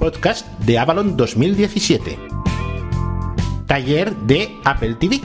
podcast de Avalon 2017. Taller de Apple TV.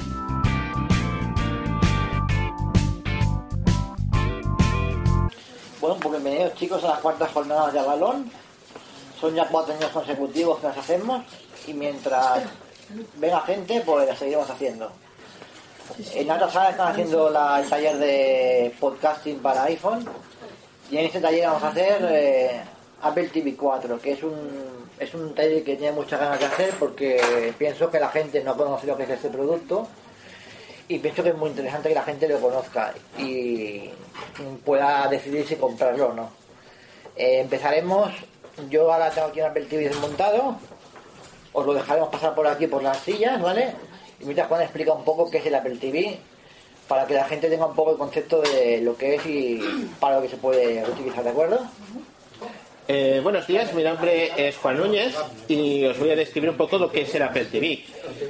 Bueno, pues bienvenidos chicos a las cuartas jornadas de Avalon. Son ya 4 años consecutivos que las hacemos y mientras venga gente, pues las seguiremos haciendo. En la otra sala están haciendo el taller de podcasting para iPhone y en este taller vamos a hacer Apple TV 4, que es un taller que tiene muchas ganas de hacer porque pienso que la gente no conoce lo que es este producto y pienso que es muy interesante que la gente lo conozca y pueda decidir si comprarlo o no. Empezaremos. Yo ahora tengo aquí un Apple TV desmontado, os lo dejaremos pasar por aquí por las sillas, ¿vale? Y mientras Juan explica un poco qué es el Apple TV para que la gente tenga un poco el concepto de lo que es y para lo que se puede utilizar, ¿de acuerdo? Buenos días, mi nombre es Juan Núñez y os voy a describir un poco lo que es el Apple TV.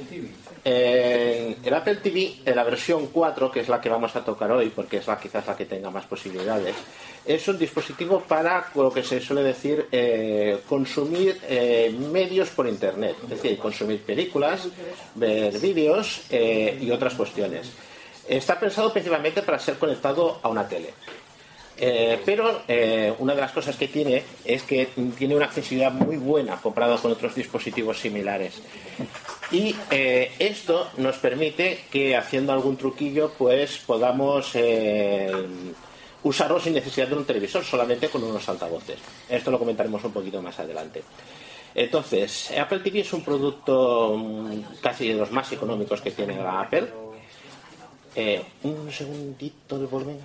El Apple TV, en la versión 4, que es la que vamos a tocar hoy, porque es quizás la que tenga más posibilidades, es un dispositivo para lo que se suele decir consumir medios por internet, es decir, consumir películas, ver vídeos y otras cuestiones. Está pensado principalmente para ser conectado a una tele. Pero una de las cosas que tiene es que tiene una accesibilidad muy buena comparado con otros dispositivos similares y esto nos permite que haciendo algún truquillo pues podamos usarlo sin necesidad de un televisor, solamente con unos altavoces. Esto lo comentaremos un poquito más adelante. Entonces, Apple TV es un producto casi de los más económicos que tiene la Apple. Un segundito de volumen.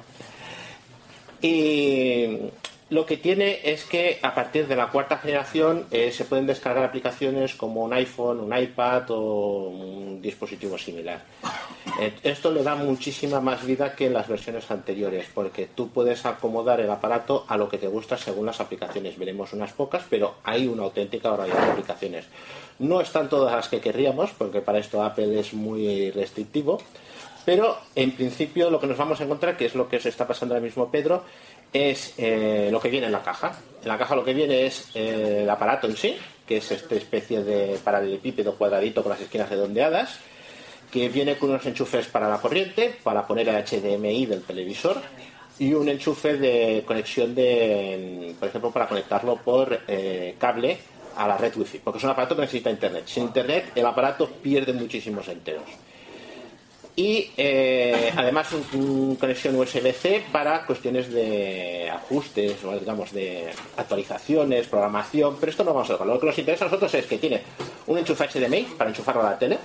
Y lo que tiene es que a partir de la cuarta generación se pueden descargar aplicaciones como un iPhone, un iPad o un dispositivo similar. Esto le da muchísima más vida que en las versiones anteriores, porque tú puedes acomodar el aparato a lo que te gusta según las aplicaciones. Veremos unas pocas, pero hay una auténtica variedad de aplicaciones. No están todas las que querríamos, porque para esto Apple es muy restrictivo. Pero en principio lo que nos vamos a encontrar, que es lo que os está pasando ahora mismo Pedro, es lo que viene en la caja. En la caja lo que viene es el aparato en sí, que es esta especie de paralelepípedo cuadradito con las esquinas redondeadas, que viene con unos enchufes para la corriente, para poner el HDMI del televisor, y un enchufe de conexión por ejemplo, para conectarlo por cable a la red Wi-Fi, porque es un aparato que necesita internet. Sin internet el aparato pierde muchísimos enteros. Y además una conexión USB-C para cuestiones de ajustes o digamos de actualizaciones, programación, pero esto no vamos a tocar. Lo que nos interesa a nosotros es que tiene un enchufe HDMI para enchufarlo a la tele,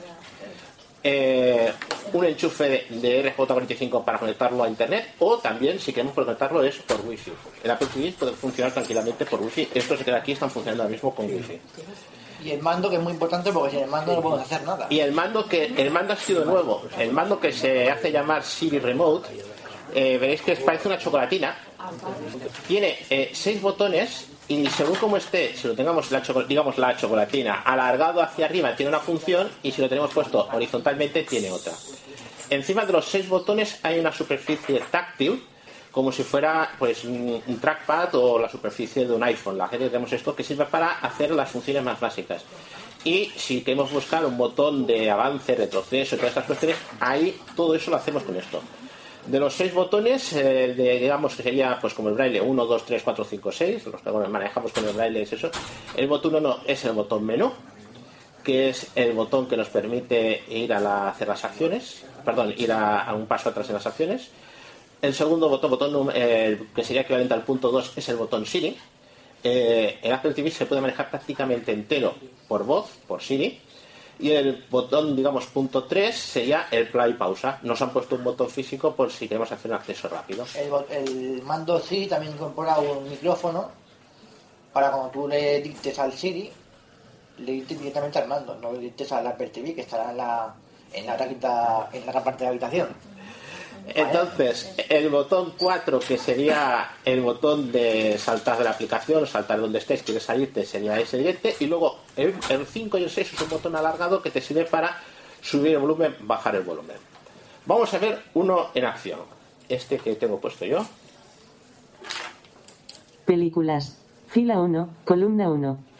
un enchufe de RJ45 para conectarlo a internet, o también si queremos conectarlo es por Wi-Fi. El Apple TV puede funcionar tranquilamente por Wi-Fi. Estos que de aquí están funcionando ahora mismo con Wi-Fi. Y el mando, que es muy importante porque sin el mando no podemos hacer nada. Y el mando ha sido nuevo. El mando que se hace llamar Siri Remote, veréis que parece una chocolatina. Tiene 6 botones y según como esté, si lo tengamos la chocolatina alargado hacia arriba tiene una función y si lo tenemos puesto horizontalmente tiene otra. Encima de los 6 botones hay una superficie táctil, como si fuera pues un trackpad o la superficie de un iPhone. La gente tenemos esto que sirve para hacer las funciones más básicas. Y si queremos buscar un botón de avance, retroceso y todas estas cuestiones, ahí todo eso lo hacemos con esto. De los 6 botones, digamos que sería pues como el braille 1, 2, 3, 4, 5, 6, los que manejamos con el braille es eso. El botón 1 es el botón menú, que es el botón que nos permite ir hacer las acciones, ir a un paso atrás en las acciones. El segundo botón que sería equivalente al punto 2, es el botón Siri. El Apple TV se puede manejar prácticamente entero por voz, por Siri. Y el botón, digamos, punto 3 sería el play pausa. Nos han puesto un botón físico por si queremos hacer un acceso rápido. El mando Siri también incorpora un micrófono para cuando tú le dictes al Siri, le dictes directamente al mando, no le dictes al Apple TV que estará en la otra parte de la habitación. Entonces, el botón 4, que sería el botón de saltar de la aplicación, saltar donde estés, quieres salirte, sería ese directo. Y luego el 5 y el 6 es un botón alargado que te sirve para subir el volumen, bajar el volumen. Vamos a ver uno en acción. Este que tengo puesto yo. Películas. Fila 1, columna 1.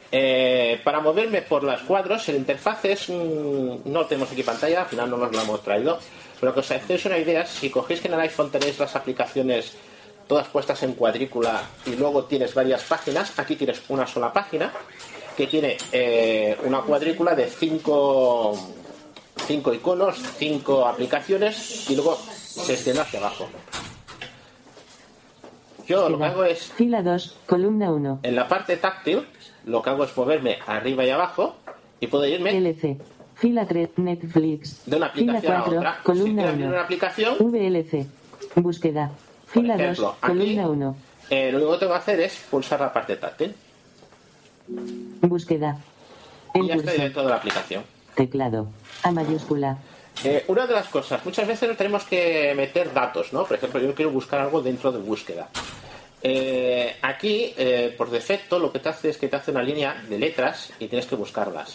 Para moverme por los cuadros, el interfaz es no tenemos aquí pantalla, al final no nos lo hemos traído, pero que os hacéis una idea, si cogéis que en el iPhone tenéis las aplicaciones todas puestas en cuadrícula y luego tienes varias páginas, aquí tienes una sola página que tiene una cuadrícula de 5 iconos, 5 aplicaciones y luego se extiende hacia abajo. Yo lo que hago es, fila 2, columna 1, en la parte táctil, lo que hago es moverme arriba y abajo y puedo irme LC, fila 3, Netflix, de una fila aplicación 4, a otra. Si columna quiero abrir 1, una aplicación, VLC, búsqueda, por fila ejemplo, 2, aquí, columna 1, lo único que tengo que hacer es pulsar la parte táctil búsqueda, y ya en estoy curso, dentro de la aplicación. teclado, A mayúscula, Una de las cosas, muchas veces tenemos que meter datos, ¿no? Por ejemplo, yo quiero buscar algo dentro de búsqueda. Aquí, por defecto, lo que te hace es que te hace una línea de letras y tienes que buscarlas.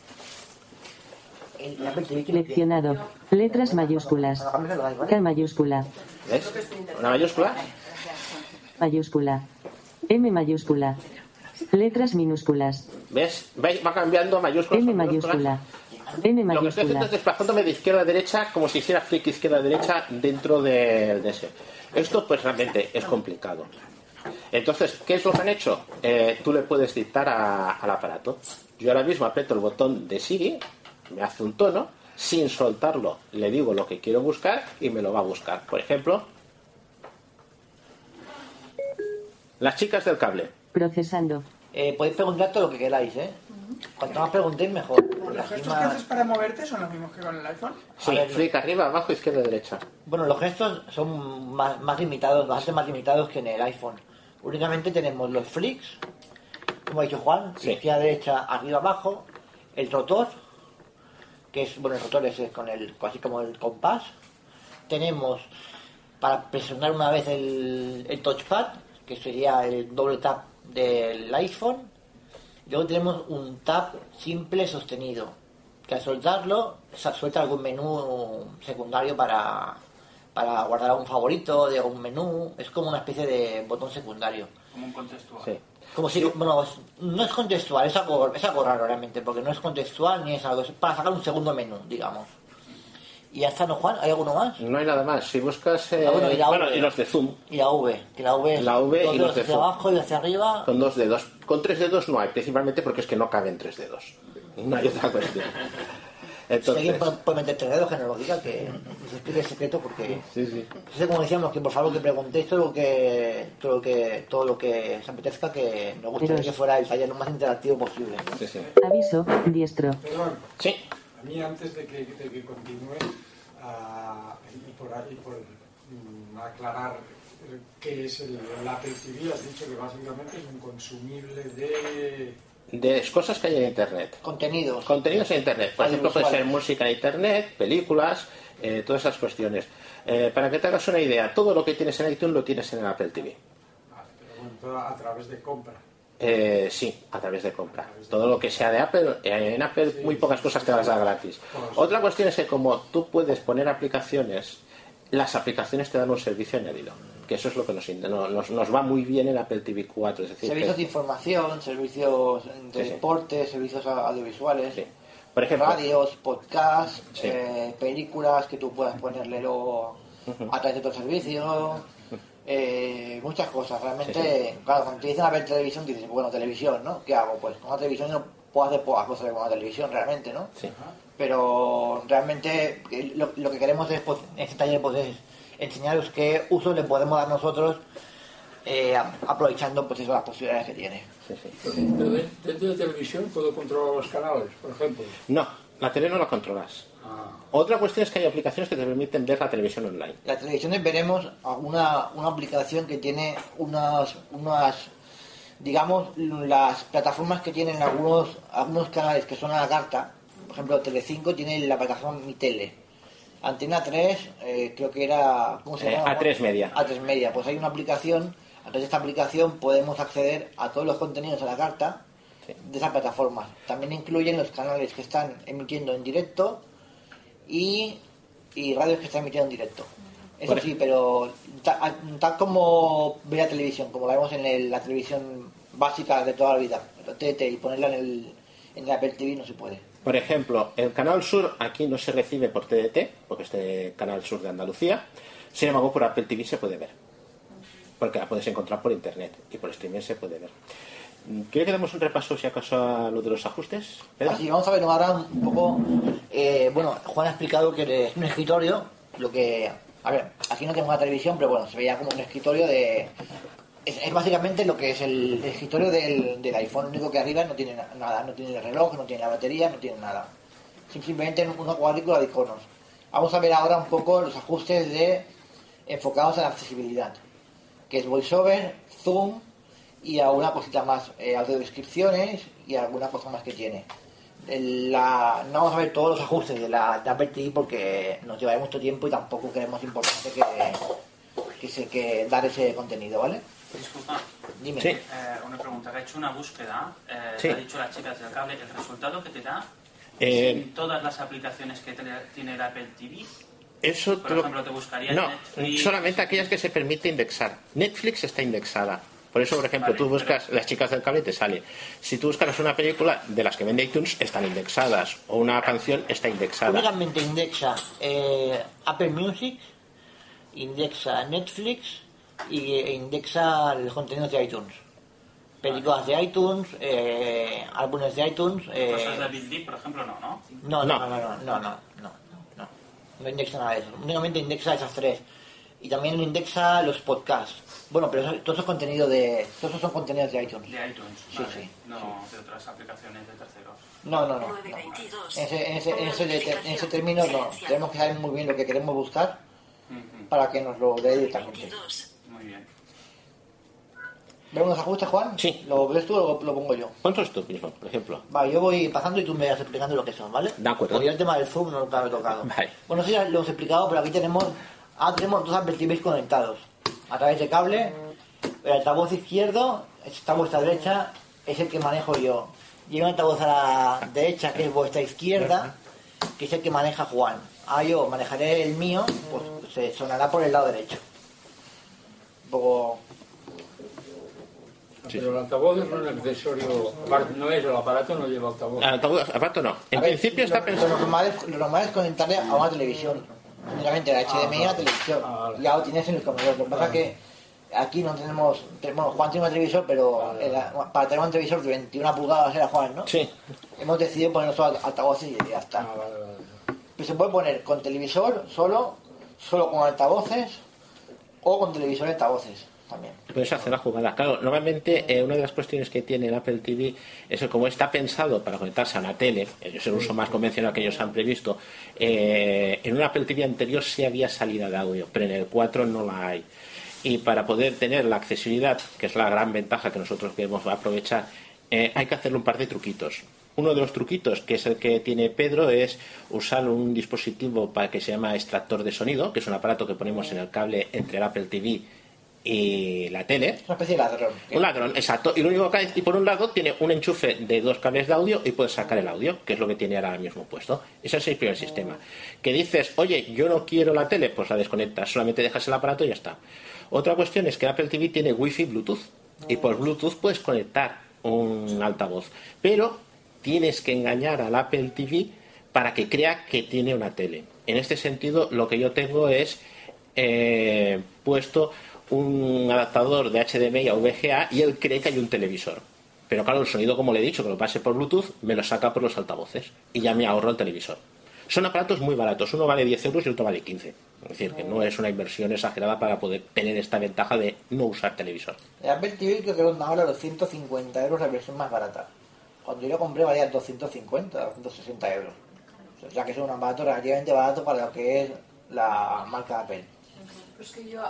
seleccionado, letras mayúsculas, K mayúscula, ¿Ves? Una mayúscula. mayúscula, M mayúscula, letras minúsculas, ¿Ves? Va cambiando a mayúsculas. M a minúsculas. mayúscula, N Lo que estoy haciendo mayúscula, es desplazándome de izquierda a derecha como si hiciera flick izquierda a derecha dentro de ese. Esto pues realmente es complicado. Entonces, ¿qué es lo que han hecho? Tú le puedes dictar al aparato. Yo ahora mismo aprieto el botón de Siri, me hace un tono, sin soltarlo le digo lo que quiero buscar y me lo va a buscar. Por ejemplo, las chicas del cable. procesando, Podéis preguntar todo lo que queráis, ¿eh? Cuanto más preguntéis, mejor. Porque ¿Los así gestos que más- haces para moverte son los mismos que con el iPhone? Sí, A ver, flick arriba, abajo, izquierda, derecha. Bueno, los gestos son más limitados, bastante más limitados que en el iPhone. Únicamente tenemos los flicks, como ha dicho Juan, Sí. izquierda, derecha, arriba, abajo, el rotor, que es, bueno, el rotor es con el, así como el compás. Tenemos para presionar una vez el touchpad, que sería el doble tap del iPhone. Luego tenemos un tap simple sostenido, que al soltarlo se suelta algún menú secundario para guardar algún favorito de algún menú. Es como una especie de botón secundario. Como un contextual. Sí. Como si, bueno, no es contextual, es algo raro realmente, porque no es contextual ni es algo, es para sacar un segundo menú, digamos. Y ya está, ¿no, Juan? ¿Hay alguno más? No hay nada más. Si buscas... bueno, y la bueno, V. y los de zoom. Y la V, que la V es La V y dos los dedos de hacia zoom. abajo y hacia arriba. Con 2 dedos. Con 3 dedos no hay, principalmente porque es que no caben 3 dedos. No hay otra cuestión. Si alguien Entonces, puede meter 3 dedos, que nos lo diga, que nos explique el secreto, porque... sí, sí. Entonces, como decíamos, que por favor que preguntéis todo lo que os apetezca, que nos gustaría Pero- que fuera el taller lo más interactivo posible. Sí, sí. aviso, diestro, Perdón, Sí. a mí antes de que continúe y por aclarar qué es el Apple TV, has dicho que básicamente es un consumible De cosas que hay en Internet. Contenidos. Contenidos en Internet. Por ejemplo, puede ser música en Internet, películas, todas esas cuestiones. Para que te hagas una idea, todo lo que tienes en iTunes lo tienes en el Apple TV. pero bueno, todo a través de compra. Sí, a través de compra. Todo lo que sea de Apple, en Apple muy pocas cosas te las da gratis. Otra cuestión es que como tú puedes poner aplicaciones, las aplicaciones te dan un servicio añadido. Que eso es lo que nos va muy bien en Apple TV 4. Es decir, Servicios que- de información, servicios de Sí, sí. deporte, servicios audiovisuales, sí. Por ejemplo, radios, podcasts, Sí. películas que tú puedas ponerle luego a través de tu servicio, muchas cosas. Realmente, claro, cuando te dicen a ver televisión, dices, bueno, televisión, ¿no? ¿Qué hago? Pues con la televisión no puedo hacer pocas cosas con la televisión, realmente, ¿no? sí. Pero realmente lo que queremos es, pues, en este taller pues, es enseñaros qué uso le podemos dar nosotros aprovechando pues eso, las posibilidades que tiene. Sí, sí. Pero dentro de televisión puedo controlar los canales, por ejemplo. No, la tele no la controlas. Ah, Otra cuestión es que hay aplicaciones que te permiten ver la televisión online. Las televisiones veremos una aplicación que tiene unas digamos, las plataformas que tienen algunos canales que son a la carta. Por ejemplo, Telecinco tiene la plataforma Mi Tele. Antena 3, creo que era... ¿Cómo se llama? A3 Media. A3 Media. Pues hay una aplicación, a través de esta aplicación podemos acceder a todos los contenidos a la carta de esas plataformas. También incluyen los canales que están emitiendo en directo y radios que están emitiendo en directo. Eso Bueno. sí, pero tal como ver la televisión, como la vemos en la televisión básica de toda la vida, TDT, y ponerla en el Apple TV no se puede. Por ejemplo, el Canal Sur aquí no se recibe por TDT, porque es de Canal Sur de Andalucía. Sin embargo, por Apple TV se puede ver, porque la puedes encontrar por internet y por streaming se puede ver. ¿Quiere que demos un repaso, si acaso, a lo de los ajustes, Pedro? Así, vamos a ver ahora un poco. Bueno, Juan ha explicado que es un escritorio. A ver, aquí no tengo una televisión, pero bueno, se veía como un escritorio de. Es básicamente lo que es el escritorio del iPhone. Lo único que arriba no tiene nada, no tiene el reloj, no tiene la batería, no tiene nada. Simplemente una cuadrícula de iconos. Vamos a ver ahora un poco los ajustes enfocados a la accesibilidad, que es VoiceOver, Zoom y alguna cosita más, audiodescripciones y alguna cosa más que tiene. No vamos a ver todos los ajustes de Apple TV porque nos llevará mucho tiempo y tampoco creemos importante que dar ese contenido, ¿vale? Disculpa. Dime. Sí. Una pregunta. Que ha hecho una búsqueda, Sí. ha dicho las chicas del cable, el resultado que te da sin todas las aplicaciones que tiene el Apple TV. Eso Por ejemplo, te buscaría no, Netflix. solamente aquellas que se permite indexar. Netflix está indexada. Por eso, por ejemplo, Vale, tú buscas Las chicas del cable y te sale. Si tú buscas una película de las que vende iTunes, están indexadas. O una canción está indexada. Únicamente indexa Apple Music, indexa Netflix e indexa los contenidos de iTunes. Películas de iTunes, álbumes de iTunes. Cosas de Bill Deep, por ejemplo, no. No indexa nada de eso. Únicamente indexa esas tres. Y también indexa los podcasts. Bueno, pero todos esos contenidos todos esos son contenidos de iTunes. De iTunes, Sí, vale. sí. No de otras aplicaciones de terceros. No. En ese término no. Tenemos que saber muy bien lo que queremos buscar para que nos lo dé directamente. Muy bien. ¿Vemos los ajustes, Juan? Sí. ¿Lo ves tú o lo pongo yo? ¿Cuántos tú mismo, por ejemplo? Vale, yo voy pasando y tú me vas explicando lo que son, ¿vale? De acuerdo. Porque yo el tema del Zoom nunca lo he tocado. Vale. Bueno, no sé si lo hemos explicado, pero aquí tenemos dos Apple TVs conectados a través de cable. El altavoz izquierdo está a vuestra derecha, es el que manejo yo. Y un altavoz a la derecha, que es vuestra izquierda, que es el que maneja Juan. Yo manejaré el mío, pues se sonará por el lado derecho. Un poco... Pero el altavoz es un accesorio, no es el aparato, no lleva altavoz. Aparato no. En A ver, principio está pensado. Lo normal es conectarle a una televisión. Únicamente la HDMI a la televisión. Vale. Ya lo tienes en el comedor. Lo que pasa es que aquí no tenemos. Bueno, Juan tiene un televisor, pero para tener un televisor de 21 pulgadas era Juan, ¿no? Sí. Hemos decidido poner solo altavoces y ya está. Vale. Pero se puede poner con televisor solo con altavoces o con televisor y altavoces también. Puedes hacer la jugada. Claro, normalmente una de las cuestiones que tiene el Apple TV es que como está pensado para conectarse a una tele, es el uso más convencional que ellos han previsto, en un Apple TV anterior sí había salida de audio, pero en el 4 no la hay. Y para poder tener la accesibilidad, que es la gran ventaja que nosotros queremos aprovechar, hay que hacerle un par de truquitos. Uno de los truquitos, que es el que tiene Pedro, es usar un dispositivo que se llama extractor de sonido, que es un aparato que ponemos en el cable entre el Apple TV y la tele. Es una especie de ladrón. Un ladrón, exacto. Y lo único que hay, y por un lado tiene un enchufe de 2 cables de audio y puedes sacar el audio, que es lo que tiene ahora mismo puesto. Ese es el primer sistema. Que dices, oye, yo no quiero la tele, pues la desconectas, solamente dejas el aparato y ya está. Otra cuestión es que Apple TV tiene Wi-Fi Bluetooth y por Bluetooth puedes conectar un altavoz, pero tienes que engañar al Apple TV para que crea que tiene una tele. En este sentido, lo que yo tengo es puesto un adaptador de HDMI a VGA y él cree que hay un televisor. Pero claro, el sonido, como le he dicho, que lo pase por Bluetooth, me lo saca por los altavoces y ya me ahorro el televisor. Son aparatos muy baratos, uno vale 10 euros y otro vale 15. Es decir, que no es una inversión exagerada para poder tener esta ventaja de no usar televisor. El Apple TV creo que ronda ahora los 150 euros la versión más barata. Cuando yo lo compré valía 250, 260 euros. O sea que es un aparato relativamente barato para lo que es la marca Apple. Pero es que yo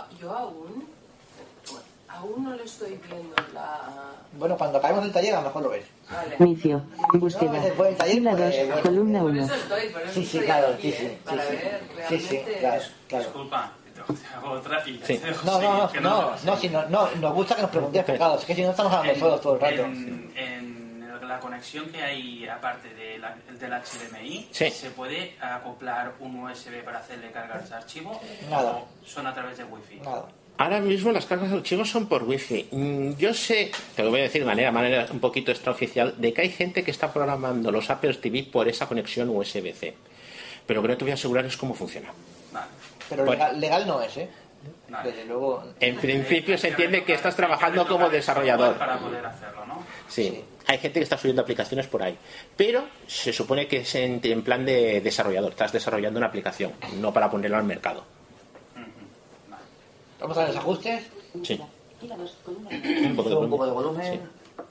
aún no le estoy viendo la... Bueno, cuando acabemos el taller a lo mejor lo ves. Vale. Inicio. Búsqueda. No, después del taller, Fila pues, 2, bueno. columna Por 1. eso estoy, por eso Sí, estoy claro, aquí, sí, para ver sí, realmente... claro. Disculpa, te hago otra y Sí. te dejo No, seguir, que no, nos gusta que nos preguntéis pecados, es que si no estamos hablando solos todo el rato. En la conexión que hay aparte del HDMI, Sí. ¿se puede acoplar un USB para hacerle cargar ese archivo? Nada. ¿O son a través de Wi-Fi? Nada. Ahora mismo las cargas de archivos son por wifi. Yo sé, te lo voy a decir de manera un poquito extraoficial, de que hay gente que está programando los Apple TV por esa conexión USB-C. Pero lo que no te voy a asegurar es cómo funciona. Vale. Pero legal no es, ¿eh? Vale. Desde luego. En principio se entiende que estás trabajando como desarrollador. Para poder hacerlo, ¿no? Sí, hay gente que está subiendo aplicaciones por ahí. Pero se supone que es en plan de desarrollador. Estás desarrollando una aplicación, no para ponerlo al mercado. Vamos a ver los ajustes. Sí. Un poco de volumen. Sí.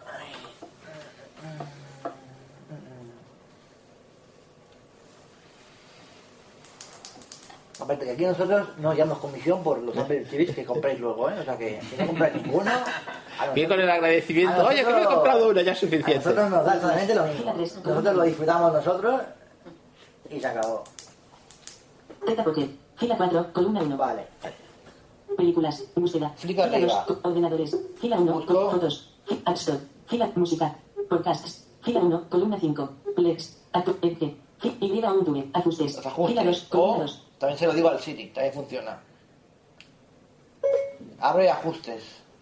Aparte que aquí nosotros no llevamos comisión por los Apple TVs que compráis luego, ¿eh? O sea que si no compráis ninguno... Bien con el agradecimiento. Oye, que me he comprado una, ya es A suficiente. nosotros nos da exactamente lo mismo. Nosotros lo disfrutamos nosotros y se acabó. Teta Pocket. Fila 4, columna 1. Vale. Películas, búsqueda. Flica Fila arriba. 2, ordenadores. Fila 1, Busco. fotos. App Store. Fila, música. Podcasts. Fila 1, columna 5. Plex. Edge. Y1 ajustes. Los ajustes. Fila 2, columna O 2. también se lo digo al Siri, también funciona. Abre ajustes.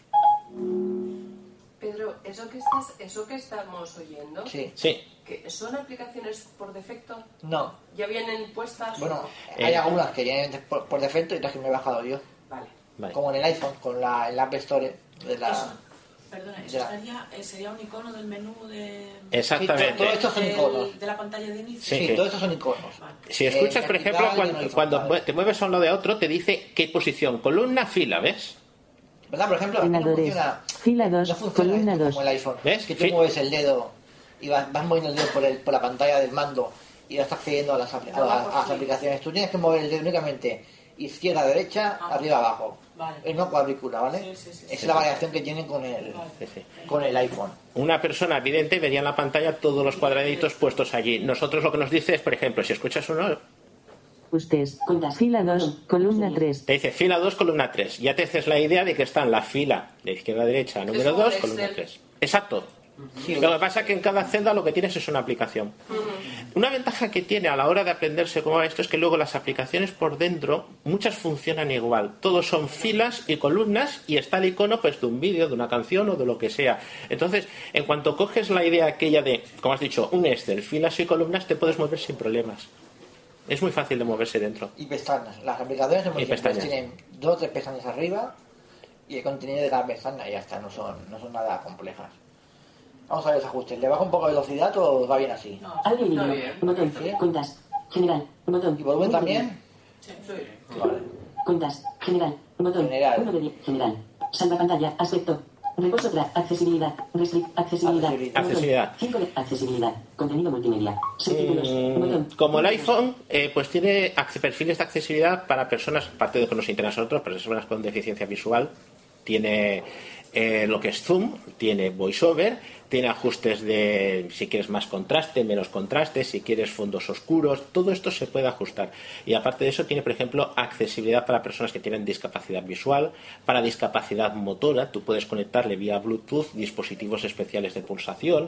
Pedro, eso que estamos oyendo, Sí. Sí. que ¿son aplicaciones por defecto? No. ¿Ya vienen puestas? Bueno, hay algunas que vienen por defecto y otras que me he bajado yo. Vale. Vale. Como en el iPhone, con el App Store de la... Eso. Perdona, eso Ya. sería un icono del menú de... Exactamente. Todo esto son iconos. de la pantalla de inicio. Sí, Sí, sí. todos estos son iconos. Vale. Si escuchas, por ejemplo, vertical, cuando vale. te mueves a un lado de otro, te dice qué posición, columna, fila, ¿ves? ¿Verdad? Por ejemplo, aquí no Ordenadores. funciona... Fila 2, No funciona columna esto 2. como el iPhone. ¿Ves? Que tú Sí. mueves el dedo y vas moviendo el dedo por la pantalla del mando y vas accediendo a las aplicaciones. Tú tienes que mover el dedo únicamente izquierda, derecha, arriba, abajo. Vale. Es una cuadrícula, ¿vale? Sí. Esa es la variación que tienen con el Sí, sí. iPhone. Una persona vidente vería en la pantalla todos los cuadraditos puestos allí. Nosotros lo que nos dice es, por ejemplo, si escuchas uno, Ajustes. Cuentas. Fila 2, columna 3. te dice fila 2, columna 3. Ya te haces la idea de que está en la fila de izquierda a derecha, número como 2, el columna Excel. 3. Exacto. Sí, Lo que pasa es que en cada celda lo que tienes es una aplicación. Una ventaja que tiene a la hora de aprenderse cómo va esto es que luego las aplicaciones por dentro, muchas funcionan igual. Todos son filas y columnas y está el icono pues de un vídeo, de una canción o de lo que sea. Entonces, en cuanto coges la idea aquella de, como has dicho, un Excel, filas y columnas, te puedes mover sin problemas. Es muy fácil de moverse dentro. y pestañas. Las aplicaciones de pestañas. tienen 2 o 3 pestañas arriba y el contenido de cada pestaña y ya está, no son nada complejas. Vamos a ver los ajustes. ¿Le bajo un poco de velocidad o va bien así? No, Audio y Está vídeo. bien. Botón. ¿Sí? Cuentas. General. Botón. ¿Y volumen Uno de también? sí. Vale. 10. Cuentas. General. Botón. General. 1 de 10. General. Salva pantalla. Aspecto. Reposo accesibilidad. Restrict. Accesibilidad. Accesibilidad. Botón. Accesibilidad. 5 de accesibilidad. Contenido multimedia. Subtítulos. Botón. Como el iPhone, pues tiene perfiles de accesibilidad para personas, aparte de que nos interesa a nosotros, personas con deficiencia visual. Tiene lo que es zoom, tiene voiceover, tiene ajustes de si quieres más contraste, menos contraste, si quieres fondos oscuros, todo esto se puede ajustar. Y aparte de eso tiene, por ejemplo, accesibilidad para personas que tienen discapacidad visual, para discapacidad motora, tú puedes conectarle vía Bluetooth dispositivos especiales de pulsación.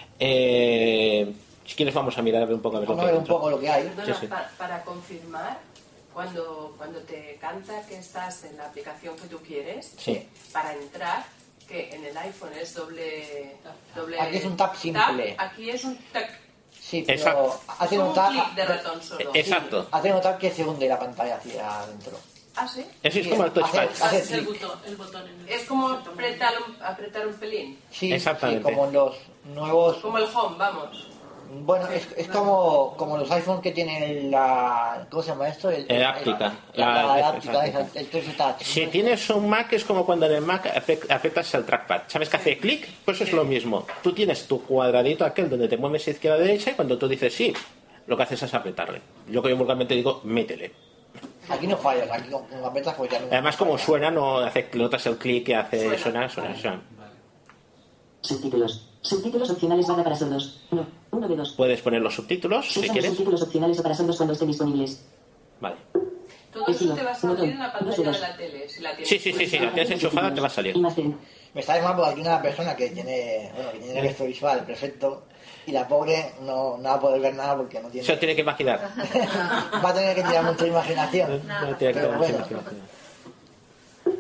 Si quieres vamos a mirar un poco a ver Vamos a lo que ver hay un dentro. poco lo que hay. Perdona, Sí, sí. Para confirmar, cuando te canta que estás en la aplicación que tú quieres, Sí. para entrar, que en el iPhone es doble Aquí es un tap simple. aquí es un tap. Sí, pero Exacto. hacen un un tap... clic de ratón solo. Exacto. Hacen un tap que se hunde la pantalla hacia adentro. Ah, sí. Eso es como el touchpad. Hace Es el clic. botón en el... Es como apretar un pelín. Sí, Exactamente. sí, como en los nuevos... Como el home, vamos. Bueno, es como los iPhone que tienen la... ¿Cómo se llama esto? El áptica. La áptica, Exacto. el 3 Touch. Si tienes un Mac es como cuando en el Mac apretas el trackpad. ¿Sabes que hace clic? Pues es lo mismo. Tú tienes tu cuadradito aquel donde te mueves izquierda a derecha y cuando tú dices sí, lo que haces es apretarle. Yo que yo vulgarmente digo, métele. Aquí no fallas, aquí con apretas pues ya no... Además como suena, no hace, notas el clic que hace Suena. suena. Subtítulos. Subtítulos opcionales barra para sordos. No. 1 de 2. Puedes poner los subtítulos Se si usan los quieres. subtítulos opcionales o para sordos cuando estén disponibles. Vale. Todo eso te va a salir en la pantalla Botón. de la tele. Si la tienes Sí, la tienes enchufada te va a salir. Imagen. Me está llamando aquí una persona que tiene el gesto visual perfecto y la pobre no va a poder ver nada porque no tiene... Eso tiene que imaginar. Va a tener que tirar mucha imaginación. No tiene que Pero tener mucha bueno. imaginación.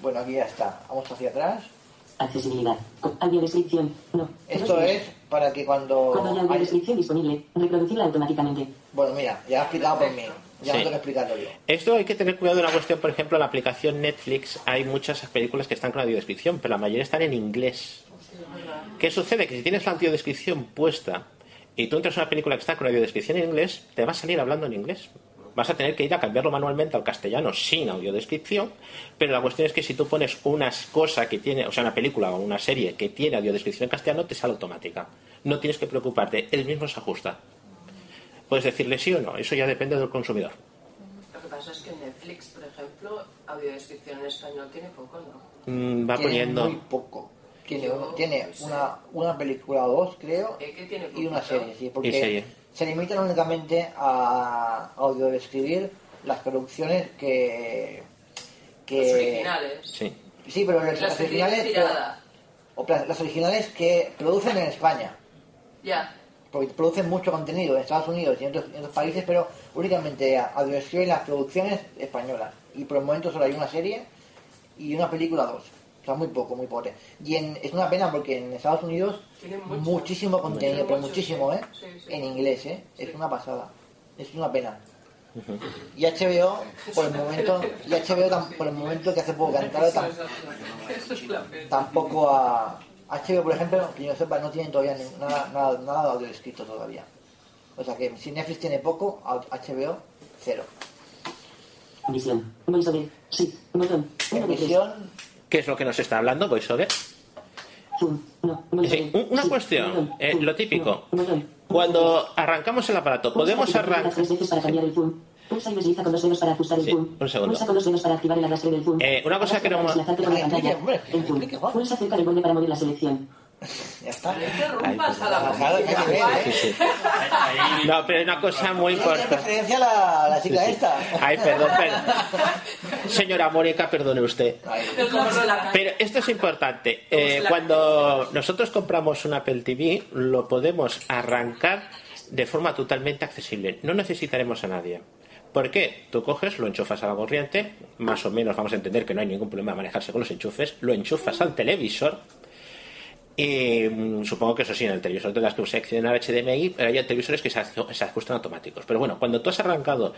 Bueno, aquí ya está. Vamos hacia atrás. Accesibilidad. Audiodescripción. No. Esto es para que cuando haya audiodescripción disponible, reproducirla automáticamente. Bueno, mira, ya ha explicado por mí. Ya no tengo que explicarlo yo. Esto hay que tener cuidado de una cuestión, por ejemplo, en la aplicación Netflix hay muchas películas que están con audiodescripción, pero la mayoría están en inglés. ¿Qué sucede? Que si tienes la audiodescripción puesta y tú entras a una película que está con audiodescripción en inglés, te va a salir hablando en inglés. Vas a tener que ir a cambiarlo manualmente al castellano sin audiodescripción, pero la cuestión es que si tú pones una cosa que tiene, o sea, una película o una serie que tiene audiodescripción en castellano, te sale automática. No tienes que preocuparte, él mismo se ajusta. Puedes decirle sí o no, eso ya depende del consumidor. Lo que pasa es que Netflix, por ejemplo, audiodescripción en español tiene poco, ¿no? Va tiene poniendo... muy poco. Tiene una película o dos, creo, y una serie, sí, porque se limitan únicamente a audiodescribir las producciones que los originales. Sí, pero las originales que producen en España. Ya. Porque producen mucho contenido en Estados Unidos y en otros países, pero únicamente audiodescriben las producciones españolas. Y por el momento solo hay una serie y una película dos. O sea, muy poco, muy pobre. Y es una pena porque en Estados Unidos muchísimo contenido, pero muchísimo, ¿eh? Sí. En inglés, ¿eh? Sí. Es una pasada. Es una pena. Y HBO, por el momento que hace poco que ha entrado, tampoco a... HBO, por ejemplo, que yo sepa, no tienen todavía nada de audio escrito todavía. O sea que si Netflix tiene poco, HBO, cero. Visión. VoiceOver. Sí. Botón. Visión. ¿Qué es lo que nos está hablando, VoiceOver? Sí, una cuestión, lo típico. Cuando arrancamos el aparato, podemos arrancar... Pulsa y desliza con 2 dedos para ajustar el zoom. Un segundo. Pulsa con 2 dedos para activar el arrastre del zoom. Una cosa que no... Pulsa cerca del borde para mover la selección. Ya está. Interrumpas a la mujer. Sí. No, pero es una cosa muy importante. Referencia a la chica esta. Ay, perdón. Señora Mónica, perdone usted. Pero esto es importante. Cuando nosotros compramos un Apple TV, lo podemos arrancar de forma totalmente accesible. No necesitaremos a nadie. ¿Por qué? Tú coges, lo enchufas a la corriente, más o menos vamos a entender que no hay ningún problema a manejarse con los enchufes, lo enchufas al televisor y supongo que eso sí, en el televisor tendrás que seleccionar HDMI, pero hay televisores que se ajustan automáticos. Pero bueno, cuando tú has arrancado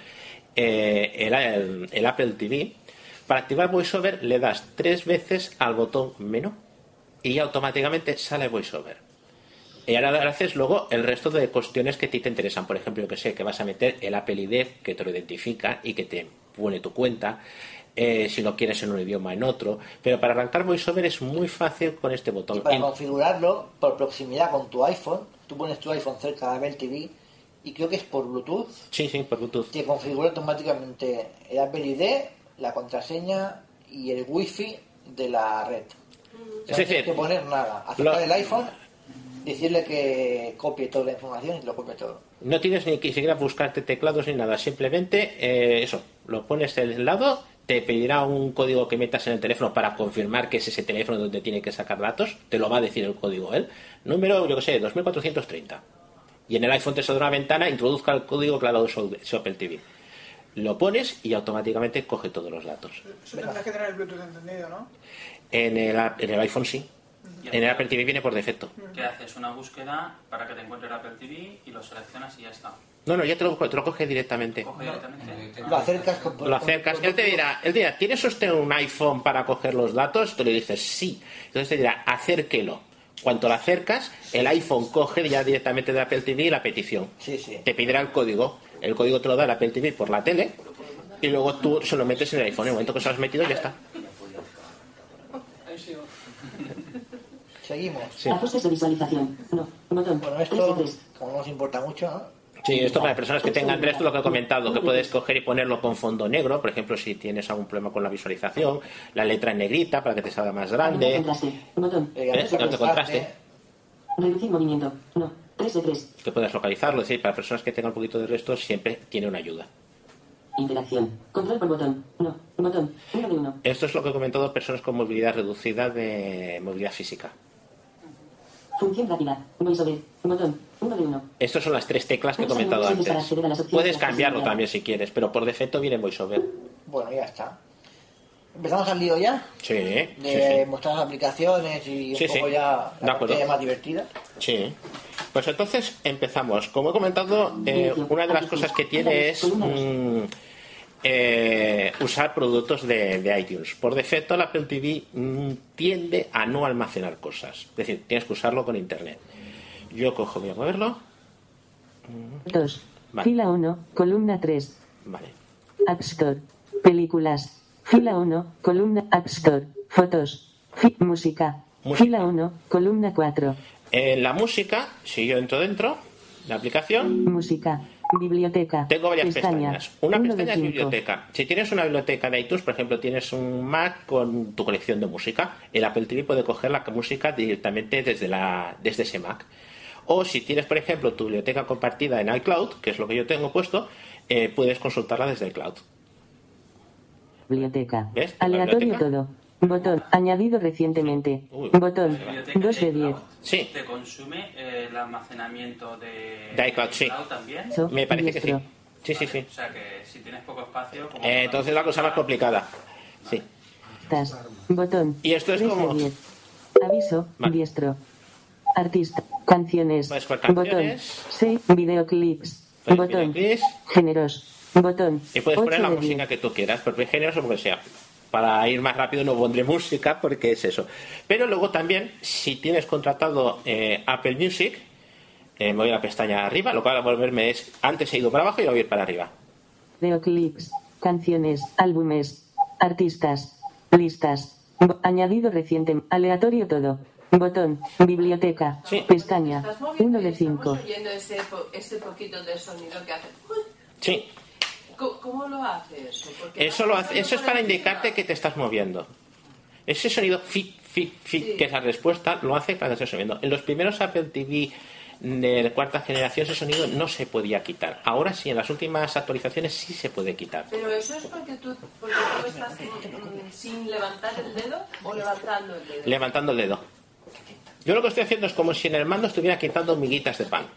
el Apple TV, para activar VoiceOver le das 3 veces al botón menú y automáticamente sale VoiceOver. Y ahora haces luego el resto de cuestiones que a ti te interesan. Por ejemplo, que vas a meter el Apple ID que te lo identifica y que te pone tu cuenta. Si lo quieres en un idioma, en otro. Pero para arrancar VoiceOver es muy fácil con este botón. Y para configurarlo por proximidad con tu iPhone, tú pones tu iPhone cerca de Apple TV y creo que es por Bluetooth. Sí, por Bluetooth. Te configura automáticamente el Apple ID, la contraseña y el Wi-Fi de la red. Es decir, no tienes que poner nada. Acercar el iPhone, decirle que copie toda la información y te lo copie todo. No tienes ni que siquiera buscarte teclados ni nada. Simplemente eso, lo pones del lado. Te pedirá un código que metas en el teléfono para confirmar que es ese teléfono donde tiene que sacar datos. Te lo va a decir el código él. Número, 2430. Y en el iPhone te saldrá una ventana, introduzca el código que le ha dado su Apple TV. Lo pones y automáticamente coge todos los datos. Eso tendrás que tener el Bluetooth entendido, ¿no? En el iPhone sí. En el Apple TV viene por defecto. ¿Qué haces? Una búsqueda para que te encuentre el Apple TV y lo seleccionas y ya está. No, ya te lo coge directamente. Lo acercas. Él te dirá, ¿tienes usted un iPhone para coger los datos? Tú le dices sí. Entonces te dirá, acérquelo. Cuando lo acercas, el iPhone coge ya directamente de Apple TV la petición. Sí. Te pedirá el código. El código te lo da el Apple TV por la tele y luego tú se lo metes en el iPhone. En el momento que se lo has metido, ya está. Seguimos. Sí. Ajustes de visualización. No. Botón. Bueno, esto, como no nos importa mucho, ¿no? Sí, esto para personas que tengan esto, lo que he comentado, que puedes coger y ponerlo con fondo negro, por ejemplo, si tienes algún problema con la visualización, la letra en negrita para que te salga más grande. Contraste. Reducir movimiento. No. 3 de 3. Que puedas localizarlo, es decir, para personas que tengan un poquito de resto siempre tiene una ayuda. Interacción. Control por botón. No. Botón. 1 de 1. Esto es lo que he comentado, personas con movilidad reducida de movilidad física. Función rápida. VoiceOver. Botón. 1 de 1. Estas son las 3 teclas que he comentado antes. Puedes cambiarlo también si quieres, pero por defecto viene en VoiceOver. Bueno, ya está. ¿Empezamos al lío ya? Sí, De mostrar las aplicaciones y un poco ya la parte más divertida. Sí. Pues entonces empezamos. Como he comentado, una de las cosas que tiene es usar productos de iTunes. Por defecto, la Apple TV tiende a no almacenar cosas. Es decir, tienes que usarlo con internet. Yo cojo, voy a moverlo. 2. Vale. Fila 1, columna 3. Vale. App Store. Películas. Fila 1, columna App Store. Fotos. Música. Fila 1, columna 4. En la música, si yo entro dentro, la aplicación. Música. Biblioteca. Tengo varias pestañas. Una 1 de pestaña es 5. biblioteca. Si tienes una biblioteca de iTunes, por ejemplo, tienes un Mac con tu colección de música, el Apple TV puede coger la música directamente desde ese Mac. O si tienes, por ejemplo, tu biblioteca compartida en iCloud, que es lo que yo tengo puesto, puedes consultarla desde iCloud. Biblioteca. ¿Ves? Aleatorio Biblioteca. todo. Botón. Añadido recientemente. Botón. 2 de 10. Sí. ¿Te consume el almacenamiento de iCloud, sí. también? Me parece que sí. Sí. O sea que si tienes poco espacio... como Entonces la cosa más complicada. Sí. Estás. Botón. Y esto es 3 de como... 10. Aviso. Vale. Diestro. Artista. Canciones. Pues por Botón. canciones. Sí. Videoclips. Pues Botón. videoclips. Géneros. Botón. Y puedes 8 poner la de música 10. que tú quieras, por qué géneros o por que sea. Para ir más rápido no pondré música porque es eso. Pero luego también, si tienes contratado Apple Music, me voy a la pestaña arriba, lo que va a volverme es, antes he ido para abajo y ahora voy a ir para arriba. Videoclips. Canciones. Álbumes. Artistas. Listas. Añadido reciente. Aleatorio todo. Botón. Biblioteca. Pestaña. ¿Estás moviendo 1 y de estamos 5. oyendo ese poquito de sonido que hace? Sí. ¿Cómo lo hace eso? Porque Eso es para indicarte que te estás moviendo. Ese sonido fit, que es la respuesta, lo hace para que te estés moviendo. En los primeros Apple TV de cuarta generación ese sonido no se podía quitar. Ahora sí, en las últimas actualizaciones sí se puede quitar. Pero eso es porque tú estás sin levantar el dedo o levantando el dedo. Levantando el dedo. Yo lo que estoy haciendo es como si en el mando estuviera quitando miguitas de pan.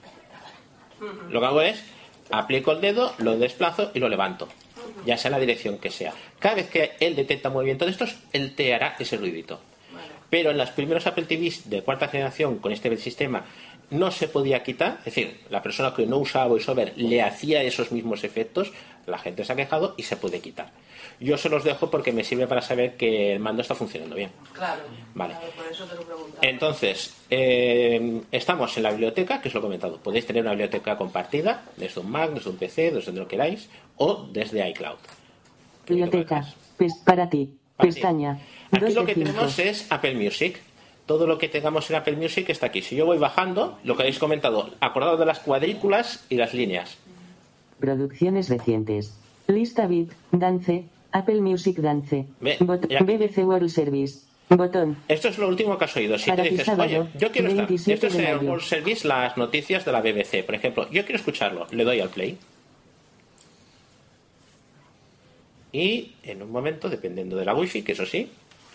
Lo que hago es, aplico el dedo, lo desplazo y lo levanto. Ya sea en la dirección que sea. Cada vez que él detecta movimiento de estos, él te hará ese ruidito. Pero en los primeros Apple TVs de cuarta generación con este sistema no se podía quitar. Es decir, la persona que no usaba VoiceOver le hacía esos mismos efectos. La gente se ha quejado y se puede quitar. Yo se los dejo porque me sirve para saber que el mando está funcionando bien. Claro. Vale. Claro, por eso te lo preguntaba. Entonces, estamos en la biblioteca, que os lo he comentado. Podéis tener una biblioteca compartida desde un Mac, desde un PC, desde donde lo queráis, o desde iCloud. Biblioteca. Para ti. Pestaña. Aquí 2 lo de que 5. tenemos es Apple Music. Todo lo que tengamos en Apple Music está aquí. Si yo voy bajando, lo que habéis comentado, acordado de las cuadrículas y las líneas. Producciones recientes. Lista Beat. Dance. Apple Music Dance. y aquí. BBC World Service. Botón. Esto es lo último que has oído. Si Para te ti dices, sábado, oye, yo quiero estar. 27 Esto es de el mayo. World Service, las noticias de la BBC. Por ejemplo, yo quiero escucharlo. Le doy al play. Y en un momento, dependiendo de la wifi, que eso sí.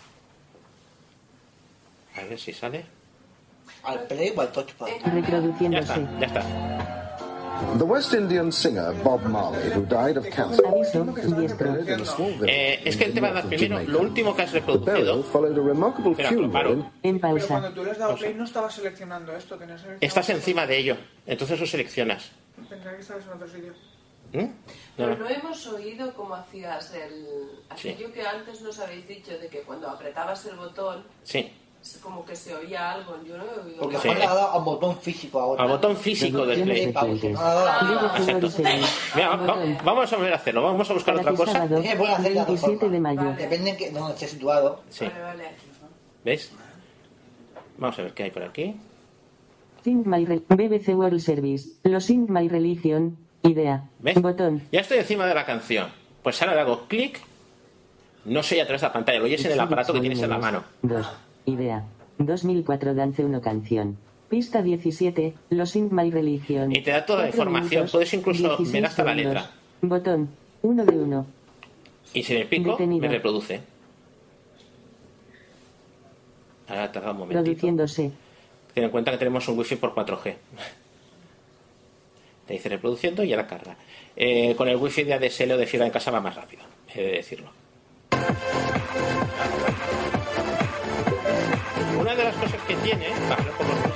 A ver si sale. ¿Al play o al touchpad? Reproduciéndose. Ya está. The West Indian singer Bob Marley, who died of cancer, Aviso. Diestro. in a small village Es que te va a dar primero lo último que has The burial reproducido. followed a remarkable Espera, que lo funeral paro. in En Pero pausa. cuando tú le has dado play no estabas seleccionando esto, tenías seleccionado... Estás encima de ello. Entonces lo seleccionas. Pensaba que estabas en otro sitio. ¿Mm? Pero No. no hemos oído cómo hacías aquello que antes nos habéis dicho de que cuando apretabas el botón Sí. como que se oía algo. Yo no he oído Porque nada. Juan le ha dado a un botón físico ahora. Al botón físico del play. Mira, vamos a volver a hacerlo. Vamos a buscar otra cosa. Es que pueden hacer de las dos 27 de formas. mayo. Depende de dónde esté situado. Sí. Vale, vale. ¿Veis? Vamos a ver qué hay por aquí. Sing My BBC World Service. Los Sing My Religion. Idea. ¿Ves? Botón. Ya estoy encima de la canción. Pues ahora le hago clic. No soy a través de la pantalla, lo oyes en el aparato que tienes en la mano. 2. Idea. 2004 Dance 1 canción. Pista 17. Los Sing My Religion. Y te da toda la 4 información. minutos, Puedes incluso 16 ver hasta la segundos. letra. Botón. 1 de 1. Y si le pico, Detenido. me reproduce. Ahora tarda un momentito. Produciéndose. Ten en cuenta que tenemos un wifi por 4G. Te dice reproduciendo y ahora carga. Con el wifi de ADSL o de fibra en casa va más rápido, he de decirlo. que tiene, bajaré un poco el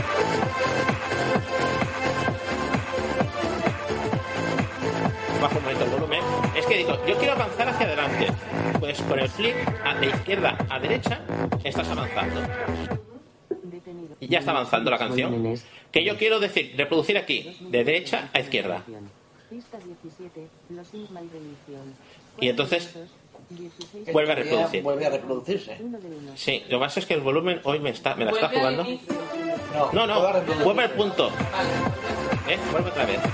bajo un momento el volumen, es que digo, yo quiero avanzar hacia adelante, pues con el flick de izquierda a derecha estás avanzando y ya está avanzando la canción. Que yo quiero decir, reproducir aquí de derecha a izquierda, y entonces vuelve a reproducir. Vuelve a reproducirse. Sí, lo que pasa es que el volumen hoy me la está jugando. No, vuelve al punto. Vuelve otra vez.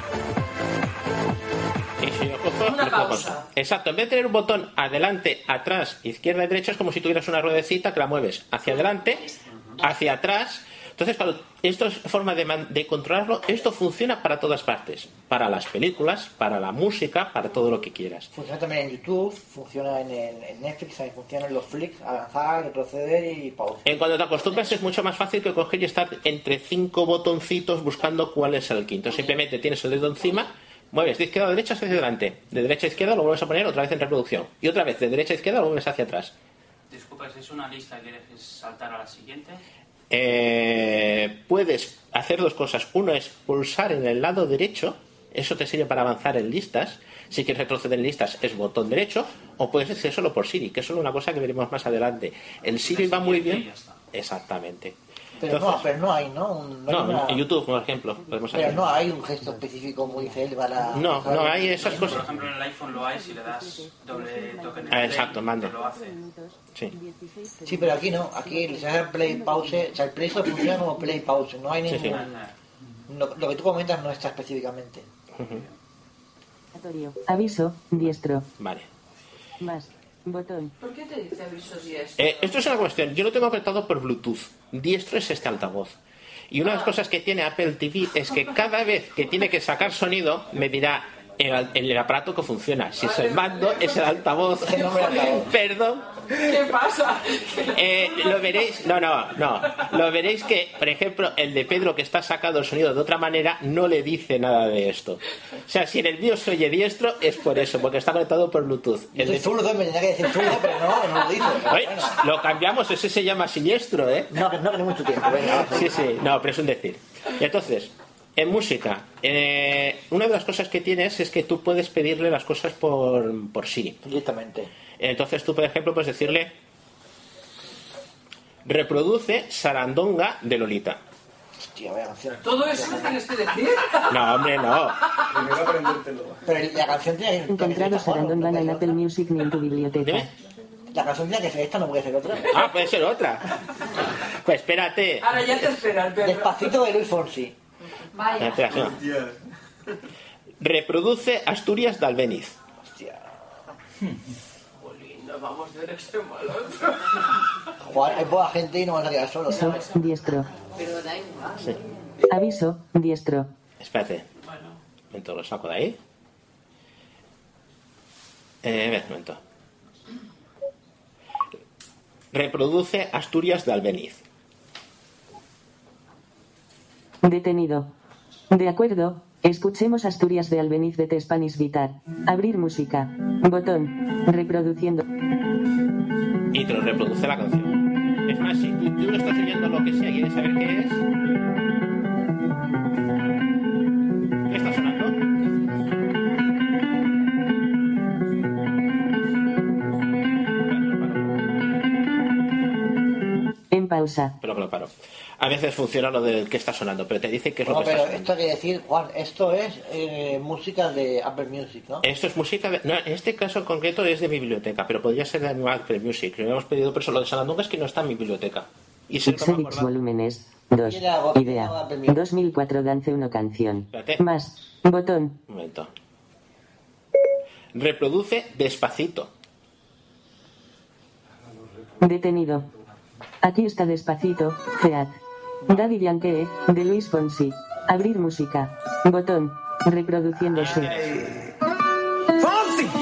Y si yo cojo, una lo puedo pausa. pasar. Exacto, en vez de tener un botón adelante, atrás, izquierda y derecha, es como si tuvieras una ruedecita que la mueves hacia adelante, hacia atrás. Entonces, claro, esto es forma de controlarlo. Esto funciona para todas partes, para las películas, para la música, para todo lo que quieras. Funciona también en YouTube, funciona en Netflix, también funciona en los flicks, avanzar, retroceder y pausa. En cuanto te acostumbras es mucho más fácil que coger y estar entre 5 botoncitos buscando cuál es el quinto. Simplemente tienes el dedo encima, mueves de izquierda a derecha hacia adelante, de derecha a izquierda lo vuelves a poner otra vez en reproducción y otra vez de derecha a izquierda lo vuelves hacia atrás. Disculpa, ¿es una lista? ¿Quieres saltar a la siguiente? Puedes hacer dos cosas. Uno es pulsar en el lado derecho, eso te sirve para avanzar en listas. Si quieres retroceder en listas es botón derecho, o puedes hacer solo por Siri, que es solo una cosa que veremos más adelante. El Siri va muy bien. Exactamente. Pero, Entonces, pero no hay, ¿no? En YouTube, por ejemplo, podemos pero hacer. no hay un gesto específico muy feliz para... No hay esas cosas. Por ejemplo, en el iPhone lo hay, si le das doble toque en el exacto, mando. lo hace. Sí, pero aquí no. Aquí le das play pause, o sea, el play solo funciona como play pause. No hay ningún... Sí. Lo que tú comentas no está específicamente. Aviso, diestro. Vale. Más. Botón. ¿Por qué te dice aviso diestro? Esto es una cuestión. Yo lo tengo conectado por Bluetooth. Diestro es este altavoz. Y una de las cosas que tiene Apple TV es que cada vez que tiene que sacar sonido me dirá el aparato que funciona. Si es el mando, es el altavoz. Perdón. ¿Qué pasa? Lo veréis. No. Lo veréis que, por ejemplo, el de Pedro, que está sacado el sonido de otra manera, no le dice nada de esto. O sea, si en el mío se oye diestro, es por eso, porque está conectado por Bluetooth. El de zurdo me tenía que decir zurdo, pero no lo dice. Oye, lo cambiamos, ese se llama siniestro, ¿eh? No tiene mucho tiempo, venga. Sí, no, pero es un decir. Y entonces, en música, una de las cosas que tienes es que tú puedes pedirle las cosas por Siri. Directamente. Entonces tú, por ejemplo, puedes decirle: reproduce Sarandonga de Lolita. Hostia, vaya canción. ¿Todo eso lo tienes que decir? No, hombre, no. Primero aprendértelo. Pero la canción tiene que... Encontrado Sarandonga en Apple Music ni en tu biblioteca. Dime. La canción tiene que ser esta, no puede ser otra. Puede ser otra. Pues espérate. Ahora ya te esperas, Pedro. Despacito de Luis Fonsi. Vaya. Espera, no. Reproduce Asturias de Albéniz. Hostia. Jolín, nos vamos de un extremo al otro. Juan, hay poca gente y no van a quedar solos. Aviso, diestro. Pero da igual. Sí. Aviso, diestro. Espérate. Un momento, lo saco de ahí. Un momento. Reproduce Asturias de Albéniz. Detenido. De acuerdo. Escuchemos Asturias de Albéniz de The Spanish Guitar. Abrir música. Botón. Reproduciendo. Y te lo reproduce la canción. Es más, si tú lo estás oyendo lo que sea y quieres saber qué es. ¿Qué está sonando? En pausa. Pero lo paro. A veces funciona lo del que está sonando, pero te dice que es lo No, que pero está sonando. esto quiere decir, Juan, esto es música de Apple Music, ¿no? Esto es música no, en este caso en concreto es de mi biblioteca, pero podría ser de Apple Music. Lo hemos pedido, pero lo de Sarandonga es que no está en mi biblioteca. Y se lo Xedix acordado. volúmenes. 2. Idea. 2004 Dance 1 canción. Espérate. Más. Botón. Un momento. Reproduce Despacito. Detenido. Aquí está Despacito, Feat. Daddy Yankee, de Luis Fonsi. Abrir música. Botón. Reproduciéndose. Fonsi,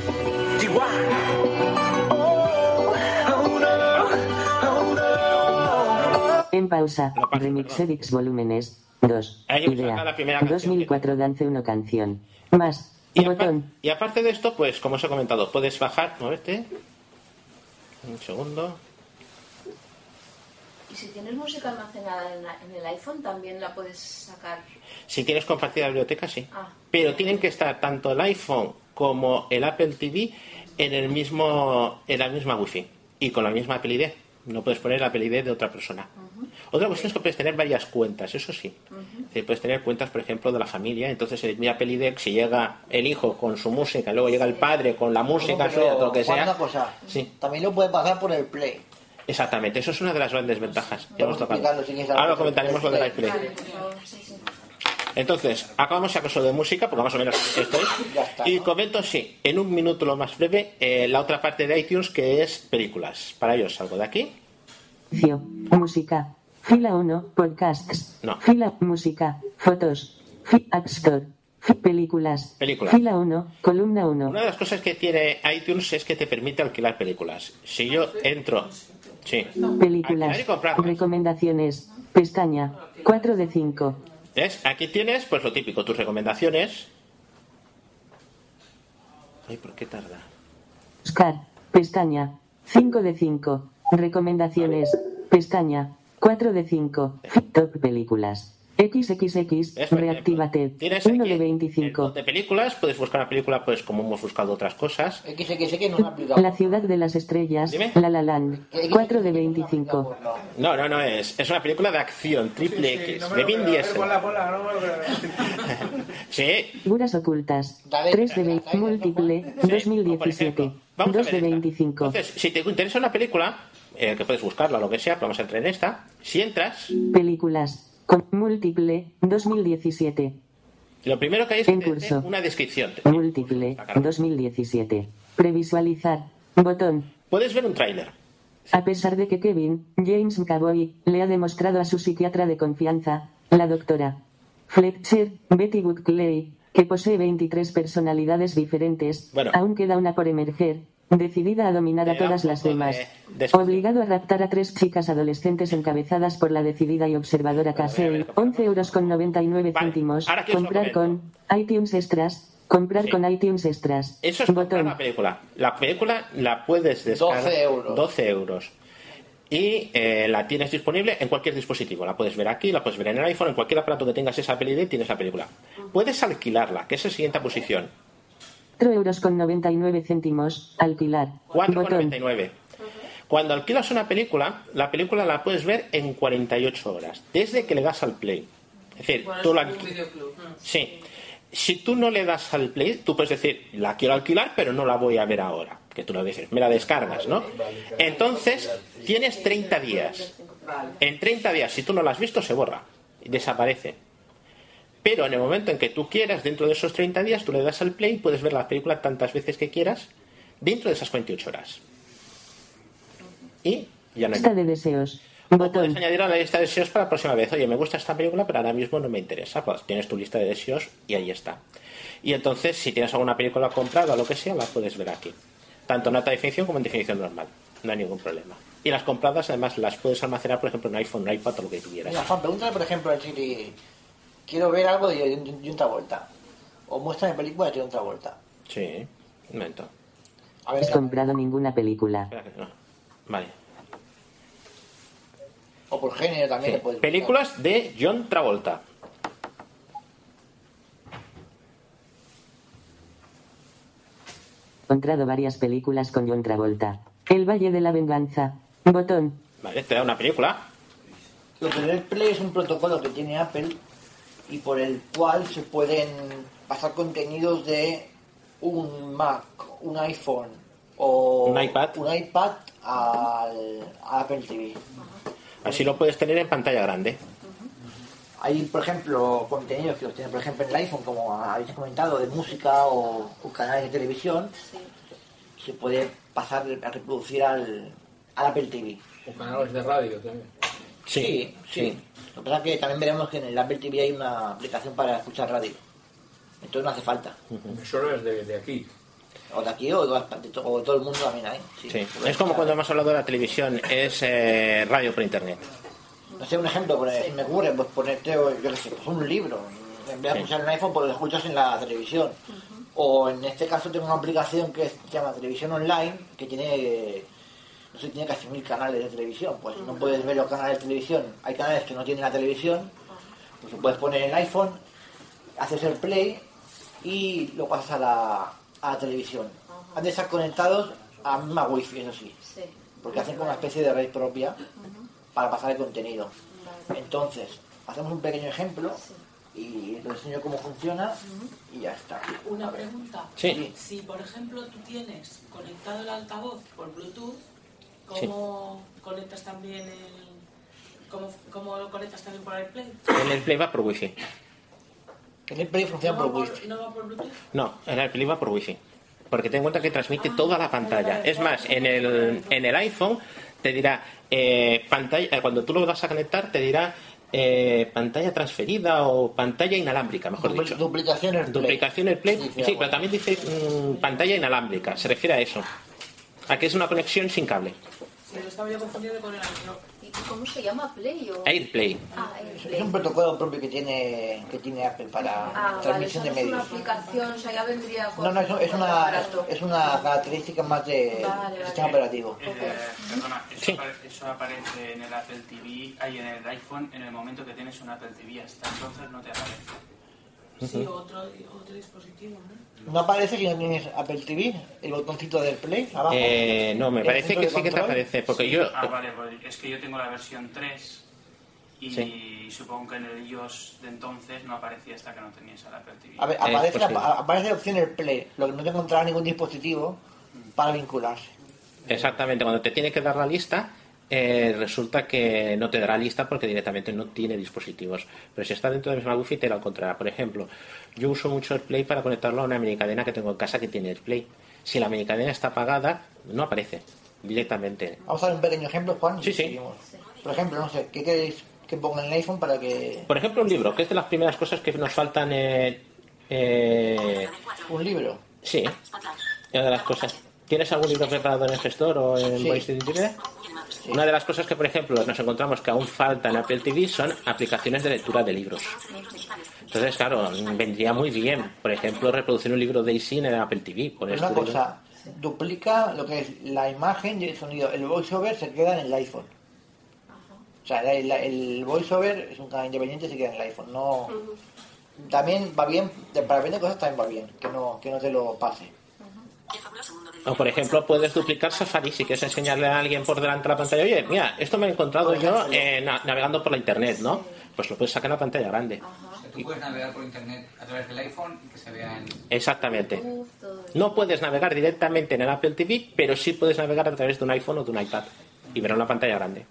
En pausa. Remix Xedix volúmenes. 2. Ahí hemos Idea. sacado la primera canción. 2004 Dance 1 canción. Más. Botón. Y aparte de esto, pues como os he comentado, puedes bajar, moverte. Un segundo. ¿Y si tienes música almacenada en el iPhone, también la puedes sacar? Si quieres compartir la biblioteca, sí. Ah. Pero tienen que estar tanto el iPhone como el Apple TV en la misma Wi-Fi y con la misma Apple ID. No puedes poner la Apple ID de otra persona. Otra cuestión es que puedes tener varias cuentas, eso sí. Puedes tener cuentas, por ejemplo, de la familia. Entonces, en mi Apple ID, si llega el hijo con su música, luego llega el padre con la música, suya, todo lo que sea. Una cosa, sí. También lo puede pasar por el Play. Exactamente, eso es una de las grandes ventajas. Ya hemos tocado. Si Ahora lo comentaremos lo del iPlay. Entonces, acabamos ya con eso de música, porque más o menos esto es. Y comento, sí, en un minuto lo más breve, la otra parte de iTunes, que es películas. Para ello salgo de aquí. Música. Fila 1, podcasts. No. Fila, música, fotos. App Store. Películas. Fila 1, columna 1. Una de las cosas que tiene iTunes es que te permite alquilar películas. Si yo entro... Sí. Películas. Recomendaciones. Pestaña. 4 de 5. ¿Ves? Aquí tienes, pues lo típico, tus recomendaciones. Ay, ¿por qué tarda? Buscar. Pestaña. 5 de 5. Recomendaciones. Pestaña. 4 de 5. Top películas. XXX, reactívate. 1 de 25. De películas, puedes buscar una película pues como hemos buscado otras cosas. XXX no aplica. La ciudad de las estrellas. Dime. La La Land. 4 de 25. No es una película de acción, triple X, de Vin Diesel. Sí. Figuras ocultas. 3 de 20. Múltiple. 2017. 2 de 25. Entonces, si te interesa una película, que puedes buscarla o lo que sea, pero vamos a entrar en esta. Si entras... Películas. Con múltiple 2017. Lo primero que hay es una descripción. Múltiple 2017. Previsualizar. Botón. Puedes ver un tráiler. A pesar de que Kevin James McAvoy le ha demostrado a su psiquiatra de confianza, la doctora Fletcher Betty Buckley, que posee 23 personalidades diferentes, aún queda una por emerger. Decidida a dominar a todas las demás. Obligado a raptar a 3 chicas adolescentes encabezadas por la decidida y observadora Casey. 11,99 €. Comprar con iTunes Extras. Comprar con iTunes Extras. Eso es comprar la película. La película la puedes descargar. 12 euros. Y la tienes disponible en cualquier dispositivo. La puedes ver aquí, la puedes ver en el iPhone, en cualquier aparato que tengas esa película, tienes la película. Puedes alquilarla, que es la siguiente posición. 4,99 €. Alquilar. 4,99. Cuando alquilas una película, la película la puedes ver en 48 horas, desde que le das al play. Es decir, tú la sí. Si tú no le das al play, tú puedes decir, la quiero alquilar, pero no la voy a ver ahora. Que tú lo dices, me la descargas, ¿no? Entonces, tienes 30 días. En 30 días, si tú no la has visto, se borra y desaparece. Pero en el momento en que tú quieras, dentro de esos 30 días, tú le das al play y puedes ver la película tantas veces que quieras dentro de esas 48 horas. Y ya no hay... Lista de deseos. Puedes añadir a la lista de deseos para la próxima vez. Oye, me gusta esta película, pero ahora mismo no me interesa. Pues tienes tu lista de deseos y ahí está. Y entonces, si tienes alguna película comprada o lo que sea, la puedes ver aquí. Tanto en alta definición como en definición normal. No hay ningún problema. Y las compradas, además, las puedes almacenar, por ejemplo, en iPhone, en iPad o lo que tuvieras. Mira, Juan, pregúntale, por ejemplo, al Siri... Quiero ver algo de John Travolta. O muéstrame película de John Travolta. Sí, un momento. No has comprado ninguna película. No. Vale. O por género también le puedes buscar. Películas de John Travolta. He encontrado varias películas con John Travolta. El Valle de la Venganza. Botón. Vale, te da una película. Lo que el Play es un protocolo que tiene Apple y por el cual se pueden pasar contenidos de un Mac, un iPhone o un iPad al Apple TV. Así lo puedes tener en pantalla grande. Hay, por ejemplo, contenidos que los tienen, por ejemplo, en el iPhone, como habéis comentado, de música o canales de televisión. Se puede pasar a reproducir al Apple TV. O canales de radio también. Sí. Lo que pasa es que también veremos que en el Apple TV hay una aplicación para escuchar radio. Entonces no hace falta. Emisoras de aquí. O de aquí o de todo el mundo también hay. Sí. Es como cuando hemos hablado de la televisión, es radio por internet. No sé, un ejemplo, si me ocurre, pues ponerte, yo qué sé, pues un libro. En vez de escuchar en el iPhone, pues lo escuchas en la televisión. O en este caso tengo una aplicación que se llama Televisión Online, que tiene no se tiene casi 1000 canales de televisión, pues no puedes ver los canales de televisión. Hay canales que no tienen la televisión, pues lo puedes poner en el iPhone, haces el play y lo pasas a la televisión. Han de estar conectados a la misma wifi, eso sí, porque hacen como una especie de red propia para pasar el contenido. Entonces, hacemos un pequeño ejemplo y lo enseño cómo funciona y ya está. Una pregunta. Sí. Si, por ejemplo, tú tienes conectado el altavoz por Bluetooth, ¿cómo conectas también ¿Cómo lo conectas también por AirPlay? El AirPlay va por Wi-Fi. El AirPlay funciona por Wi-Fi. ¿No va por Bluetooth? No, el AirPlay va por Wi-Fi. Porque ten en cuenta que transmite toda la pantalla. Es más, en el iPhone te dirá pantalla, cuando tú lo vas a conectar te dirá pantalla transferida o pantalla inalámbrica, mejor dicho. Duplicación AirPlay. Duplicación AirPlay, sí, pero también dice pantalla inalámbrica. Se refiere a eso. A que es una conexión sin cable. Sí, lo estaba yo confundiendo con el otro. ¿Y cómo se llama? ¿Play o...? AirPlay. Es un protocolo propio que tiene Apple para transmisión de medios. No es una aplicación, o sea, ya vendría con... No, es una característica más de sistema operativo. Perdona, eso aparece en el Apple TV, hay en el iPhone en el momento que tienes un Apple TV, hasta entonces no te aparece. Sí, otro dispositivo, ¿no? ¿No aparece si no tienes Apple TV? ¿El botoncito del Play abajo? No, me parece que sí que te aparece. Porque yo... vale, pues es que yo tengo la versión 3 y supongo que en el iOS de entonces no aparecía hasta que no tenías el Apple TV. A ver, aparece la opción del Play, lo que no te encontrará ningún dispositivo para vincularse. Exactamente, cuando te tiene que dar la lista... resulta que no te dará lista porque directamente no tiene dispositivos, pero si está dentro de la misma wifi te la encontrará. Por ejemplo, yo uso mucho AirPlay para conectarlo a una minicadena que tengo en casa que tiene AirPlay. Si la minicadena está apagada no aparece directamente. Vamos a ver un pequeño ejemplo, Juan. Sí. Por ejemplo, no sé, ¿qué queréis que ponga en el iPhone para que...? Por ejemplo, un libro, que es de las primeras cosas que nos faltan. ¿Un libro? Sí, una de las cosas. ¿Tienes algún libro preparado en el gestor o en Voice Internet? Sí. Una de las cosas que, por ejemplo, nos encontramos que aún falta en Apple TV son aplicaciones de lectura de libros. Entonces, claro, vendría muy bien, por ejemplo, reproducir un libro de Daisy en el Apple TV. Una cosa, duplica lo que es la imagen y el sonido. El voiceover se queda en el iPhone. O sea, el voiceover es un canal independiente y se queda en el iPhone. No. También va bien, para vender cosas también va bien, que no te lo pase. O por ejemplo, puedes duplicar Safari si quieres enseñarle a alguien por delante de la pantalla. Oye, mira, esto me lo he encontrado yo navegando por la internet, ¿no? Pues lo puedes sacar en la pantalla grande. O sea, tú puedes navegar por internet a través del iPhone y que se vea en... Exactamente. No puedes navegar directamente en el Apple TV, pero sí puedes navegar a través de un iPhone o de un iPad y ver una pantalla grande.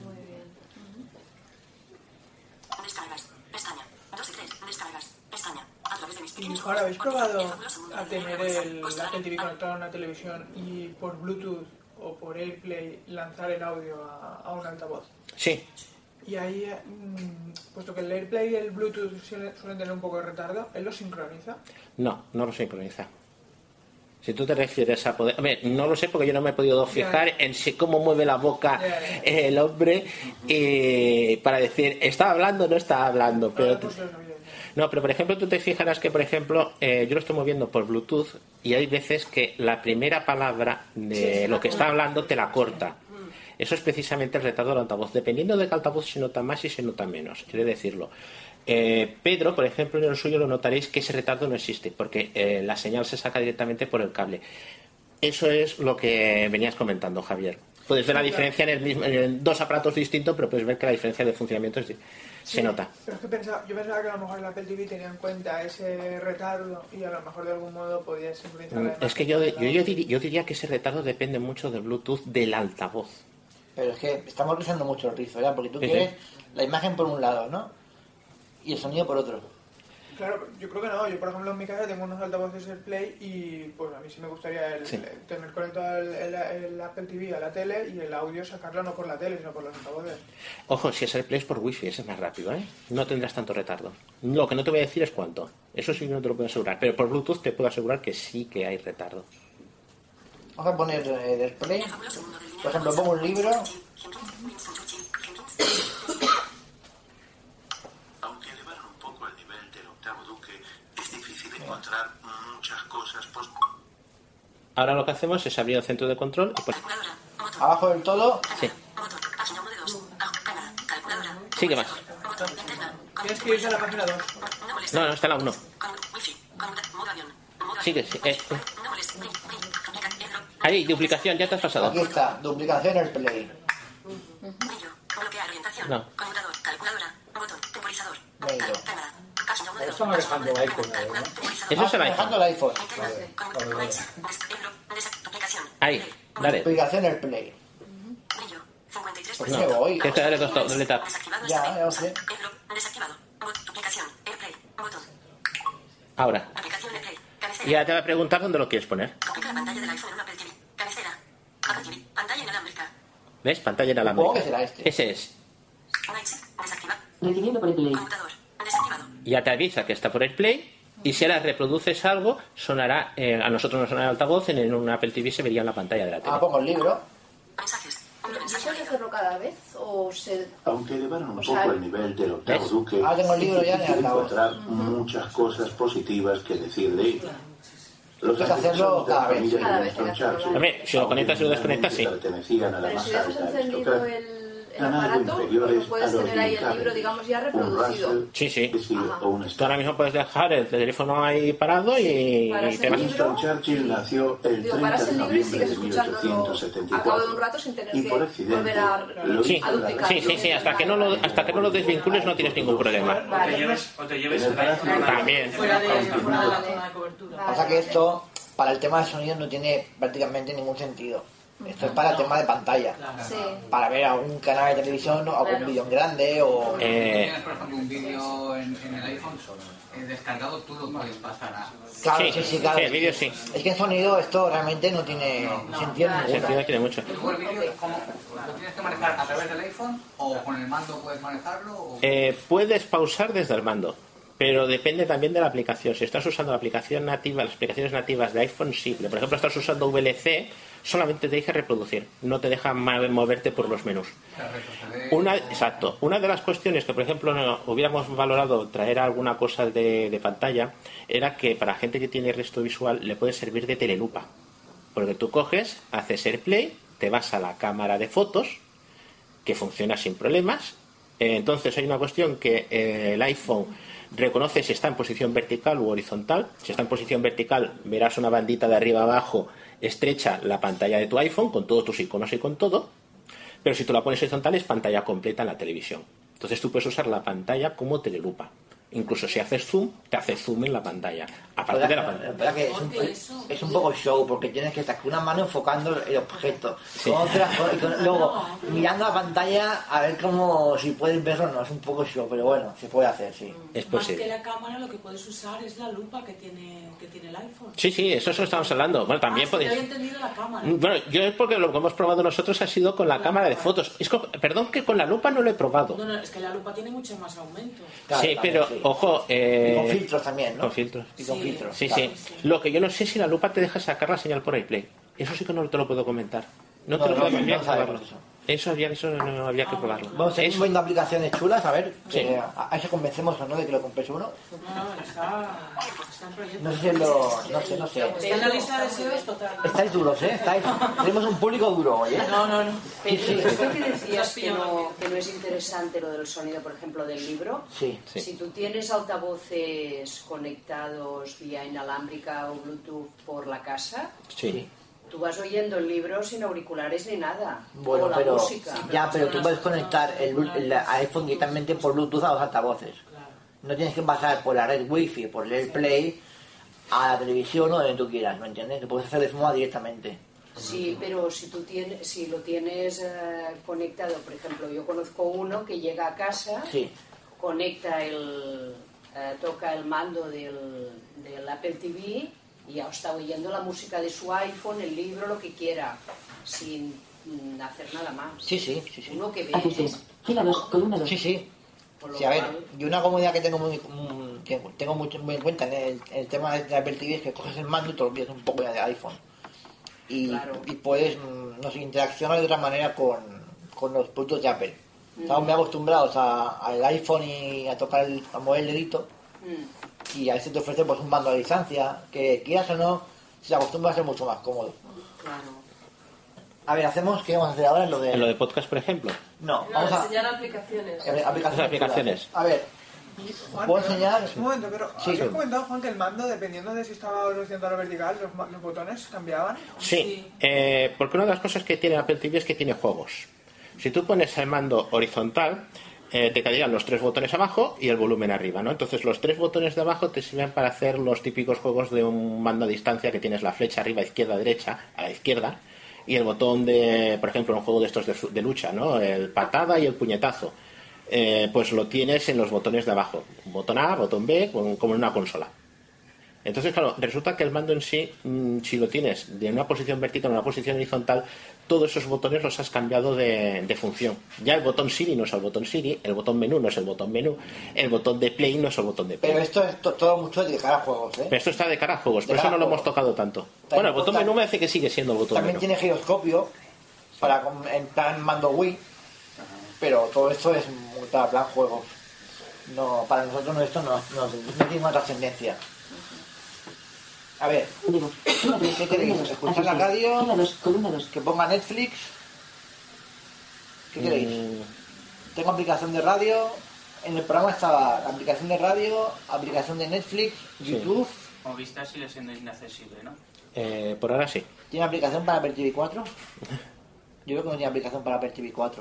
Y mejor, ¿habéis probado a tener el Apple TV conectado a una televisión y por Bluetooth o por AirPlay lanzar el audio a un altavoz? Sí. Y ahí, puesto que el AirPlay y el Bluetooth suelen tener un poco de retardo, ¿él lo sincroniza? No lo sincroniza. Si tú te refieres a poder... Hombre, no lo sé porque yo no me he podido fijar en cómo mueve la boca el hombre para decir, ¿está hablando o no está hablando? Pero... No, pero por ejemplo tú te fijarás que, por ejemplo, yo lo estoy moviendo por Bluetooth y hay veces que la primera palabra de lo que está hablando te la corta. Eso es precisamente el retardo del altavoz. Dependiendo de qué altavoz se nota más y se nota menos, quiere decirlo. Pedro, por ejemplo, en el suyo lo notaréis que ese retardo no existe porque la señal se saca directamente por el cable. Eso es lo que venías comentando, Javier. Puedes ver la diferencia en dos aparatos distintos, pero puedes ver que la diferencia de funcionamiento se nota. Pero es que yo pensaba que a lo mejor el Apple TV tenía en cuenta ese retardo y a lo mejor de algún modo podía sincronizar. Es que yo diría que ese retardo depende mucho del Bluetooth del altavoz. Pero es que estamos rizando mucho el rizo, ¿verdad? Porque tú quieres la imagen por un lado, ¿no? Y el sonido por otro. Claro, yo creo que no. Yo, por ejemplo, en mi casa tengo unos altavoces AirPlay y pues a mí sí me gustaría tener conectado el Apple TV a la tele y el audio sacarlo no por la tele, sino por los altavoces. Ojo, si es AirPlay es por Wi-Fi, ese es más rápido, ¿eh? No tendrás tanto retardo. Lo que no te voy a decir es cuánto. Eso sí no te lo puedo asegurar, pero por Bluetooth te puedo asegurar que sí que hay retardo. Vamos a poner el AirPlay. Por ejemplo, pongo un libro... Encontrar muchas cosas. Ahora lo que hacemos es abrir el centro de control y Abajo del todo. Sí. Sigue más. Tienes que irse a la página 2. No, está en la 1. Sigue, sí. Ahí, duplicación, ya te has pasado. Aquí está, duplicación el play. No. Eso no dejando el iPhone, ¿no? Eso es el iPhone. Dejando el iPhone. Ahí, dale. Duplicación el play. Pues me No, voy. tienes que darle doble tap. Ya lo sé. Ahora. Y ahora te va a preguntar dónde lo quieres poner. ¿Ves? Pantalla inalámbrica. Supongo que será este. Ese es. Recibiendo por el play. Ya te avisa que está por el play. Y si ahora reproduces algo, sonará. A nosotros nos sonará el altavoz. En un Apple TV se vería en la pantalla de la tele. Pongo el libro. ¿Eso hay que hacerlo cada vez? ¿O se...? Aunque elevaron un poco el nivel del octavo ¿ves? duque, Tengo el libro ya en el quiere altavoz. encontrar muchas cosas positivas que decir de ella. Los Hay que hacerlo antecesores de la cada vez. familia de Cada vez Winston hay que hacerlo. Churchill, Hombre, si lo conectas y lo desconectas, sí. pertenecían a la Pero más si dejas alta encendido aristocracia. el aparato, lo puedes tener ahí el libro, digamos, ya reproducido. Sí, sí. Ajá. Tú ahora mismo puedes dejar el teléfono ahí parado y Paras te el vas. libro. Winston Churchill nació el Digo, 30 paras de el libro y noviembre sigues de escuchándolo a cabo de un 1874 rato sin tener y que por accidente volver a lo Sí, hizo en la sí, hasta que no lo desvincules no tienes ningún problema. O te lleves el iPhone También. Fuera de la zona de cobertura. Pasa que esto, para el tema de sonido, no tiene prácticamente ningún sentido. Esto es para el tema de pantalla. Sí. Para ver algún canal de televisión o algún vídeo en grande o... Tienes, por ejemplo, un vídeo en el iPhone descargado, tú lo puedes pasar a... Claro, sí, claro. Sí, el vídeo sí. Es que en sonido esto realmente no tiene sentido Sentido ninguno. tiene mucho. ¿Tú el vídeo cómo lo tienes que manejar a través del iPhone o con el mando puedes manejarlo? O... Puedes pausar desde el mando, pero depende también de la aplicación. Si estás usando la aplicación nativa, las aplicaciones nativas de iPhone, sí. Pero, por ejemplo, estás usando VLC, solamente te deja reproducir, no te deja moverte por los menús. Exacto. Una de las cuestiones que, por ejemplo, no hubiéramos valorado traer alguna cosa de pantalla era que para gente que tiene resto visual le puede servir de telelupa. Porque tú coges, haces AirPlay, te vas a la cámara de fotos, que funciona sin problemas. Entonces hay una cuestión que el iPhone reconoce si está en posición vertical u horizontal. Si está en posición vertical, verás una bandita de arriba abajo estrecha la pantalla de tu iPhone con todos tus iconos y con todo. Pero si tú la pones horizontal es pantalla completa en la televisión. Entonces tú puedes usar la pantalla como telelupa. Incluso si haces zoom, te hace zoom en la pantalla. Aparte de la pantalla. La verdad que es un poco show, porque tienes que estar con una mano enfocando el objeto, Sí. con otra, y luego mirando la pantalla a ver cómo si puedes verlo o no. Es un poco show, pero bueno, se puede hacer, sí. Es Más posible. que la cámara, lo que puedes usar es la lupa que tiene el iPhone. Sí, eso lo estamos hablando. Bueno, también Yo podéis... había entendido la cámara. Bueno, yo es porque lo que hemos probado nosotros ha sido con la cámara de fotos. Perdón que con la lupa no lo he probado. No, es que la lupa tiene mucho más aumento. Claro, Sí, también, pero sí. ojo... Y con filtros también, ¿no? Con filtros. Y con filtros. Sí, claro. sí. Lo que yo no sé es si la lupa te deja sacar la señal por iPlay. Eso sí que no te lo puedo comentar. No te No, lo no, puedo no habría que sabemos probarlo. eso. Eso no habría que probarlo. Vamos a seguir Eso- viendo aplicaciones chulas, a ver, Sí. a eso convencemos o no de que lo compres uno. No, está en proyecto. No sé si no sé. Está en la lista de deseos total. Estáis duros, ¿eh? Tenemos un público duro hoy, ¿eh? No. Pero Sí, sí. esto que decías que no es interesante lo del sonido, por ejemplo, del libro. Sí. Si tú tienes altavoces conectados vía inalámbrica o Bluetooth por la casa, Sí. tú vas oyendo el libro sin auriculares ni nada. Bueno, o la pero música. pero tú puedes conectar el iPhone directamente por Bluetooth a los altavoces. No tienes que pasar por la red Wi-Fi, por el AirPlay, a la televisión o donde tú quieras, ¿me entiendes? Lo puedes hacer de forma directamente. Sí, pero si lo tienes conectado, por ejemplo, yo conozco uno que llega a casa, Sí. conecta toca el mando del Apple TV y ya está oyendo la música de su iPhone, el libro, lo que quiera, sin hacer nada más. Sí. Uno que ve. Ajustes. Fila 2, columna 2. Sí. Por lo Sí, a ver, cual- y una comodidad que tengo muy en cuenta en el tema de Apple TV es que coges el mando y te olvidas un poco ya de iPhone. Y puedes, no sé, interaccionar de otra manera con los productos de Apple. Estamos muy acostumbrados al iPhone y a mover el dedito, y a veces te ofrece pues un mando a distancia, que quieras o no, si te acostumbras a ser mucho más cómodo. Claro. A ver, ¿qué vamos a hacer ahora en lo de...? En lo de podcast, por ejemplo. No, No, vamos a... enseñar aplicaciones. Aplicaciones. A ver, Juan, ¿puedo enseñar? Un momento, pero Sí, ¿habías sí. comentado, Juan, que el mando, dependiendo de si estaba horizontal o vertical, los botones cambiaban? Sí, porque una de las cosas que tiene Apple TV es que tiene juegos. Si tú pones el mando horizontal, te caerían los 3 botones abajo y el volumen arriba, ¿no? Entonces los 3 botones de abajo te sirven para hacer los típicos juegos de un mando a distancia, que tienes la flecha arriba, izquierda, derecha, a la izquierda, y el botón de, por ejemplo, un juego de estos de lucha, ¿no? El patada y el puñetazo. Pues lo tienes en los botones de abajo. Botón A, botón B, como en una consola. Entonces, claro, resulta que el mando en sí, si lo tienes de una posición vertical a una posición horizontal, todos esos botones los has cambiado de función. Ya el botón Siri no es el botón Siri, el botón menú no es el botón menú, el botón de Play no es el botón de Play. Pero esto es todo mucho de cara a juegos, ¿eh? Pero esto está de cara a juegos, por De eso cara no a lo hemos juegos. tocado tanto. También Bueno, el botón está- menú me hace que sigue siendo el botón También menú. tiene giroscopio para en plan mando Wii, pero todo esto es muy para plan juegos. No, para nosotros esto no tiene una trascendencia. A ver, ¿qué queréis? ¿Escuchar la radio? ¿Que ponga Netflix? ¿Qué queréis? Tengo aplicación de radio. En el programa estaba la aplicación de radio, aplicación de Netflix, YouTube. Movistar sigue siendo inaccesible, ¿no? Por ahora sí. ¿Tiene aplicación para Apple TV 4? Yo creo que no tiene aplicación para Apple TV 4.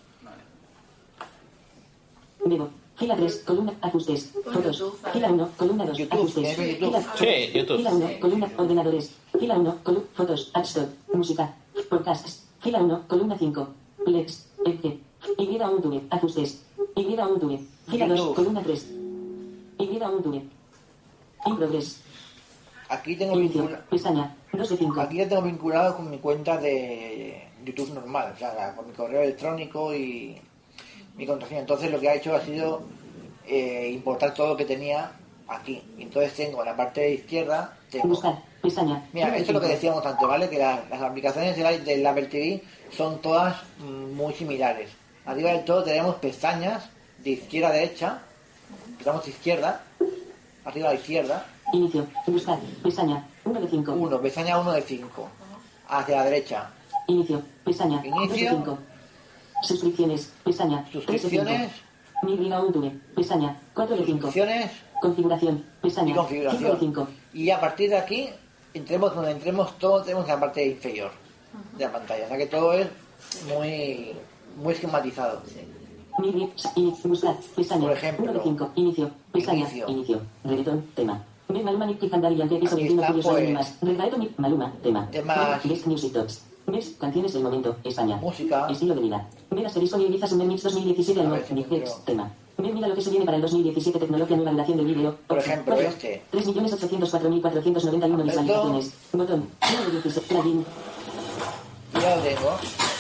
Vivo. Fila 3, columna, ajustes, fotos. Fila 1, columna 2, ajustes. Fila, Sí, YouTube. Fila 1, columna, ordenadores. Fila 1, fotos, App Store, música, podcasts. Fila 1, columna 5, Plex, Edge. Y1 ajustes. Y1 Fila 2, columna 3. Y1 In progress. Aquí tengo Pestaña, 2 de 5. Aquí ya tengo vinculado con mi cuenta de YouTube normal, o sea, con mi correo electrónico y mi contraseña. Entonces lo que ha hecho ha sido importar todo lo que tenía aquí. Entonces tengo en la parte izquierda, Buscar, pestaña. mira, esto es lo que decíamos antes, ¿vale? Que las aplicaciones del Apple TV son todas muy similares. Arriba del todo tenemos pestañas de izquierda a derecha, empezamos de izquierda, arriba a la izquierda. Inicio, buscar, pestaña, 1 de 5. 1, pestaña 1 de 5. Hacia la derecha. Inicio, pestaña, 2 de Inicio. 5. Suscripciones, pestaña, 3 de 5. Suscripciones. Mi pestaña, 4 de 5. Suscripciones. Configuración, pestaña, Y configuración. 5 de 5. Y a partir de aquí, entremos donde entremos, todo tenemos en la parte inferior de la pantalla. O sea que todo es muy esquematizado. Buscar, pestaña, Por ejemplo, 1 de 5. Inicio, pestaña, inicio. Reggaetón, tema. Ve Maluma Nick Cantar y Yankee sobre Aquí Tino está, Curioso pues, y más. Reggaetón Nick Maluma, tema. Temas. Best Music Tops. Best Canciones del Momento, España. Música. Estilo de vida. Ve Asterisco y Ibiza Summer Mix 2017 al North, Nick tema. Ve mira lo que se viene para el 2017, tecnología, nueva relación del vídeo. Por ejemplo, este. 3.804.491 visualizaciones. Botón. 1 de 16. Plugin. Ya lo tengo.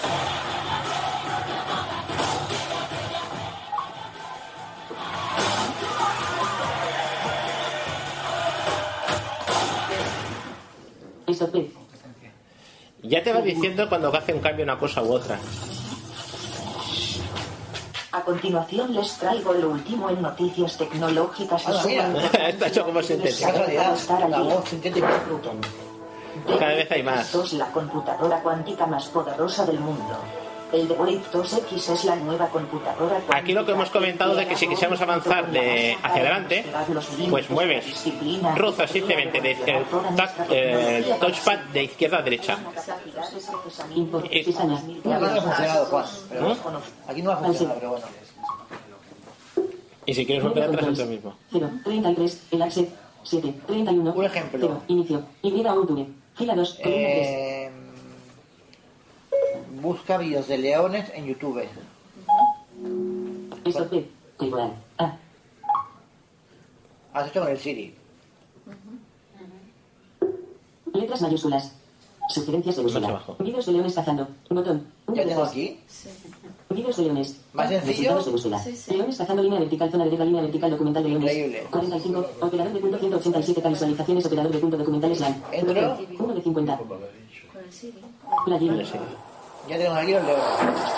Stop. Ya te va diciendo cuando hace un cambio una cosa u otra. A continuación les traigo lo último en noticias tecnológicas y sobre Está hecho como sentencia. La voz sintética de Pluton. Cada vez hay más. 2, la computadora cuántica más poderosa del mundo. El de Wave 2X es la nueva computadora cuántica. Aquí lo que hemos comentado de que si quisiéramos avanzar hacia adelante, pues mueves ruza simplemente el touchpad de izquierda a derecha. Aquí no ha funcionado, Juan. Pero aquí no ha funcionado, pero bueno. Y si quieres volver atrás es lo mismo. 0, 33, el H, 7, 31. Un ejemplo. 0, inicio. Y1 Fila 2, columna 3. Busca vídeos de leones en YouTube. Stop. Igual. A. Has hecho con el Siri. Letras mayúsculas. Sugerencias de búsqueda. Vídeos de leones cazando. Botón. Ya tengo aquí. Vídeos de leones. ¿Más sencillo? Resultados de búsqueda. Leones cazando línea vertical, zona de guerra, línea vertical, documental de leones. Increíble. 45. Operador de punto 187 visualizaciones, operador de punto documentales LAN. Entro. 1 de 50. Con el Siri. Plugin. Ya tengo aquí los leones.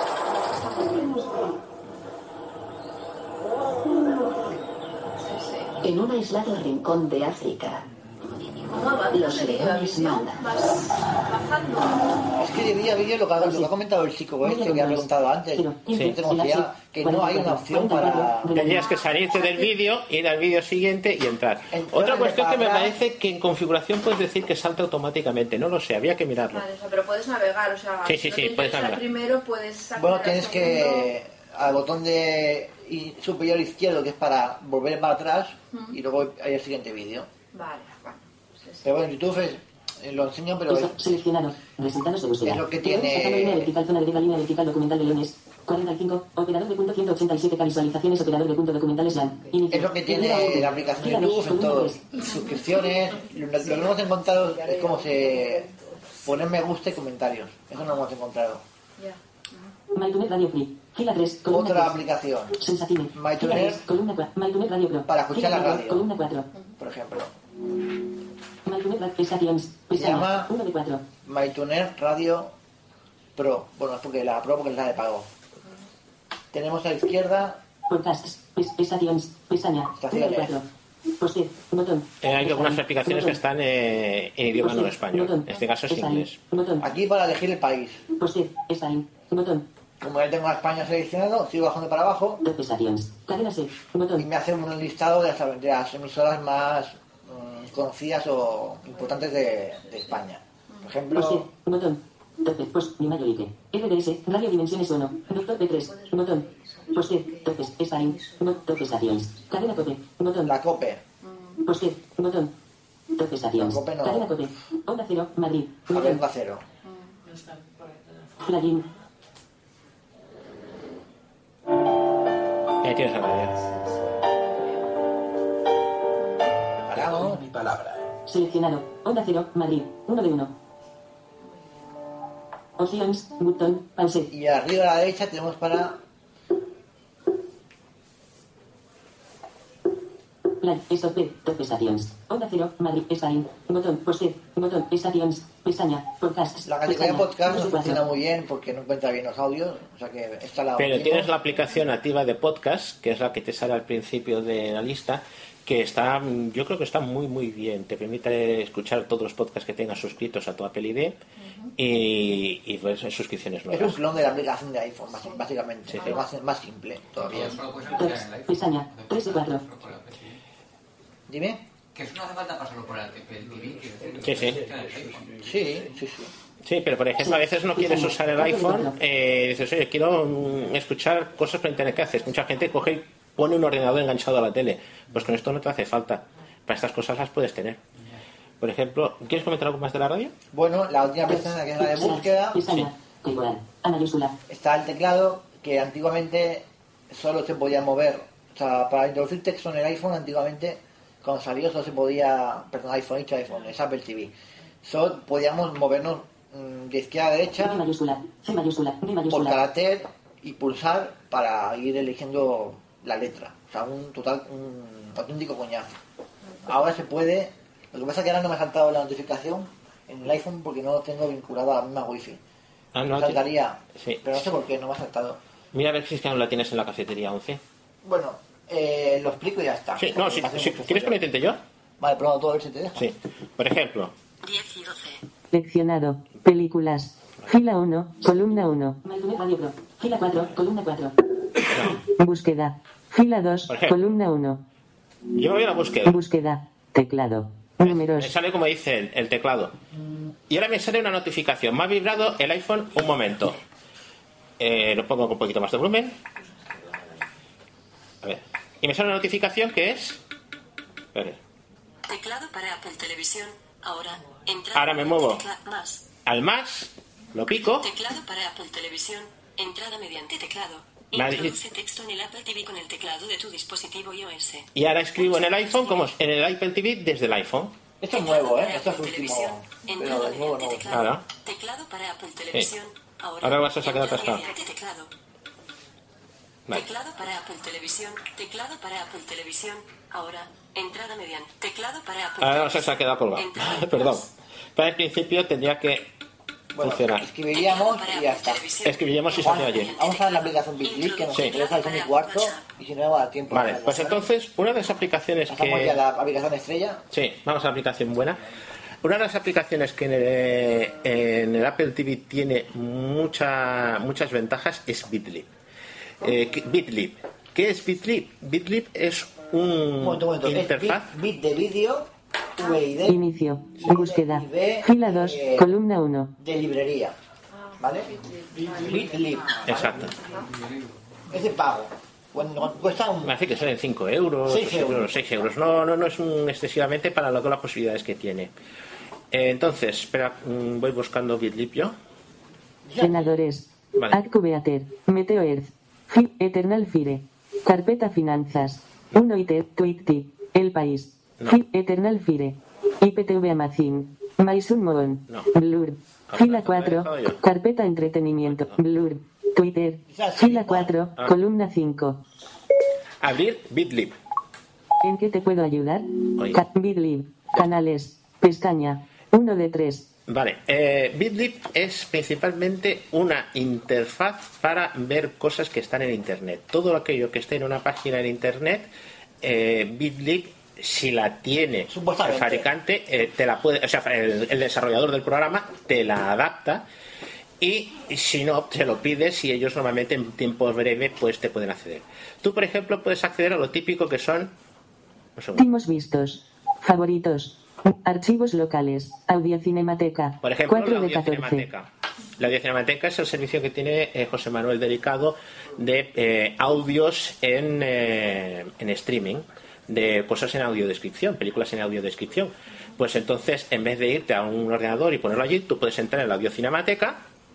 En un aislado rincón de África, los leones mandan. Es que de vídeo lo que ha comentado el chico que había preguntado antes. Sí. Que no hay una opción para... Tendrías que salirte del vídeo, ir al vídeo siguiente y entrar. Otra cuestión que me parece que en configuración puedes decir que salta automáticamente. No lo sé, habría que mirarlo. Vale, o sea, pero puedes navegar, o sea, sí, puedes navegar. Primero puedes sacar bueno, tienes que al botón de superior izquierdo, que es para volver para atrás, y luego hay el siguiente vídeo. Vale, bueno. Pero bueno, en YouTube lo enseño, pero seleccionado. Resultados de búsqueda. es lo que tiene... Línea vertical, zona de línea vertical, documental de leones. 45, operador de punto 187, visualizaciones, operador de punto documentales LAN. Es lo que tiene la aplicación YouTube en todos. Suscripciones. Lo que no hemos encontrado es cómo se poner me gusta y comentarios. Eso no lo hemos encontrado. MyTuner Radio Free. Fila 3, columna Otra 3. aplicación. Sensatine. MyTuner. Columna 4. MyTuner Radio Pro. Para escuchar la radio. Columna 4. Por ejemplo. MyTuner Radio Stations. Se llama 1 de 4. MyTuner Radio Pro. Bueno, es porque la Pro porque es la de pago. Tenemos a la izquierda Podcasts. Estaciones. Pestaña. 1 de 4. Post-it. Botón. Hay algunas aplicaciones que están en idioma no español. En este caso es inglés. Aquí para elegir el país. Post-it. Botón. Como ya tengo a España seleccionado, sigo bajando para abajo. Cadena C. Y me hace un listado de las emisoras más conocidas o importantes de España. Por ejemplo... Post-it. Botón. Post. Ni Mayolique. RDS. Radio Dimensiones 1. Doctor P3. Botón. Post-it. Topes. España. Top estaciones. Cadena Cope. Botón. La Cope. Post-it. Botón. Top estaciones. La Cope no. Cadena Cope. Onda Cero. Madrid. Onda Cero. Plugin. Ya tienes la radio. Paramos. Mi palabra. Seleccionado. Onda Cero. Madrid. 1 de 1. Options. Botón. Pause. Y arriba a la derecha tenemos para... Plan. Stop. Top estaciones. Onda Cero. Madrid. España. Botón. Post-it. Botón. Estaciones. Pestaña. Podcasts. La categoría de podcast no pestaña. funciona muy bien porque no encuentra bien los audios. O sea que está la... Pero tienes la aplicación nativa de podcast, que es la que te sale al principio de la lista, que está, yo creo que está muy muy bien. Te permite escuchar todos los podcasts que tengas suscritos a tu Apple ID y ver suscripciones nuevas. Es un clon de la aplicación de iPhone, básicamente. Sí, pero más simple todavía. Pestaña. 3 de 4. Dime. Que eso no hace falta pasarlo por el Apple TV. Sí. Sí, pero por ejemplo, a veces no quieres usar el iPhone, dices, oye, quiero escuchar cosas por internet. ¿Qué haces? Mucha gente coge y pone un ordenador enganchado a la tele. Pues con esto no te hace falta. Para estas cosas las puedes tener. Por ejemplo, ¿quieres comentar algo más de la radio? Bueno, la última pestaña, que es la de búsqueda, está el teclado, que antiguamente solo se podía mover. O sea, para introducir texto en el iPhone, antiguamente, cuando salió, solo se podía... Perdón, iPhone, es Apple TV. Solo podíamos movernos de izquierda a derecha por carácter y pulsar para ir eligiendo la letra. O sea, un auténtico coñazo. Ahora se puede... Lo que pasa es que ahora no me ha saltado la notificación en el iPhone porque no lo tengo vinculado a la misma wifi. Me saltaría, sí. Pero no sé por qué, no me ha saltado. Mira a ver si es que no la tienes en la cafetería 11. Bueno, lo explico y ya está. Sí, no, si ¿quieres que lo intente yo? Vale, prueba todo a ver si te deja. Sí, por ejemplo. 10 y 12. Seleccionado. Películas. Fila 1, columna 1. MyTuner Radio Pro. Fila 4, columna 4. Búsqueda. Fila 2, columna 1. Yo voy a la búsqueda. Búsqueda. Teclado. Números. Me sale como dice el teclado. Y ahora me sale una notificación. Me ha vibrado el iPhone un momento. Lo pongo con un poquito más de volumen. A ver. Y me sale una notificación que es... Teclado para Apple Televisión. Ahora me muevo al más, lo pico. Teclado para Apple Televisión. Entrada mediante teclado. Introduce texto en el Apple TV con el teclado de tu dispositivo iOS. Y ahora escribo en el iPhone como en el Apple TV desde el iPhone. Esto es nuevo, esto es último. Pero es nuevo. Claro. Teclado para Apple Televisión. Ahora vas a sacar atascado. Vale. Teclado para Apple Televisión. Teclado para Apple Televisión. Ahora, entrada mediante. Teclado para Apple Ahora se ha quedado colgado. Perdón. Para el principio tendría que funcionar. Escribiríamos y ya está. Escribiríamos y salió allí. Vamos a ver la aplicación BitLick que nos interesa el cuarto y si no me va a dar tiempo. Vale, pues entonces una de las aplicaciones ¿Pasamos ya a la aplicación estrella? Sí, vamos a la aplicación buena. Una de las aplicaciones que en el Apple TV tiene muchas ventajas es Bitlib. Bitlib. ¿Qué es Bitlib? Bitlib es un interfaz. Bit de vídeo, VID. Inicio. Búsqueda. Fila 2, columna 1. De librería. ¿Vale? Bitlib. Exacto. Es de pago. Cuando cuesta un... Me hace que salen 5 euros, 6 euros. 6 euros. No es excesivamente para las posibilidades que tiene. Entonces, espera, voy buscando Bitlib yo. Senadores. Vale. AdCubeater. Meteo Earth. Eternal Fire. Carpeta Finanzas. 1 IT. Tweet. El País. Eternal Fire. IPTV Amazon. Maisun Moon. Blur. Fila 4. Carpeta Entretenimiento. Blur. Twitter. Fila 4. Columna 5. Abrir Bitlib. ¿En qué te puedo ayudar? Bitlib. Canales. Pestaña. 1 de 3. Vale, Bitlib es principalmente una interfaz para ver cosas que están en Internet. Todo aquello que esté en una página en Internet, Bitlib, si la tiene el fabricante, te la puede, o sea, el desarrollador del programa te la adapta, y si no, te lo pides y ellos normalmente en tiempo breve pues te pueden acceder. Tú, por ejemplo, puedes acceder a lo típico que son... Últimos vistos. Favoritos. Archivos locales. Audiocinemateca. Por ejemplo, 4 la de 14. Audiocinemateca. La Audiocinemateca es el servicio que tiene José Manuel dedicado de audios en streaming, de cosas en audiodescripción, películas en audiodescripción. Pues entonces, en vez de irte a un ordenador y ponerlo allí, tú puedes entrar en la Audiocinemateca,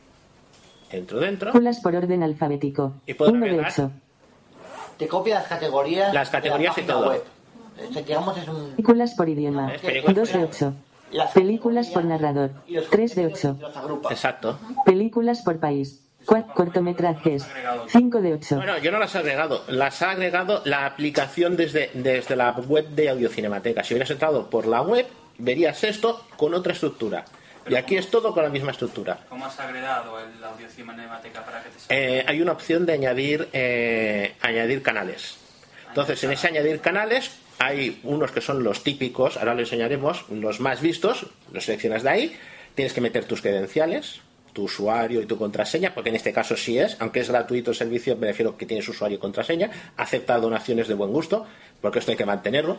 dentro. Películas por orden alfabético. Y puedo 1 de navegar. 8. Te copia las categorías. Las categorías y todo. Web. Digamos, es un... Películas por idioma. 2 de 8. Películas por narrador. 3 de 8. Exacto. Películas por país. Cortometrajes. 5 de 8. Bueno, yo no las he agregado. Las ha agregado la aplicación desde la web de Audiocinemateca. Si hubieras entrado por la web, verías esto con otra estructura. Y aquí es todo con la misma estructura. ¿Cómo has agregado el Audiocinemateca para que te salga? Hay una opción de añadir canales. Entonces, en ese añadir canales hay unos que son los típicos, ahora les enseñaremos, los más vistos, los seleccionas de ahí, tienes que meter tus credenciales, tu usuario y tu contraseña, porque en este caso sí es, aunque es gratuito el servicio, me refiero que tienes usuario y contraseña, acepta donaciones de buen gusto, porque esto hay que mantenerlo.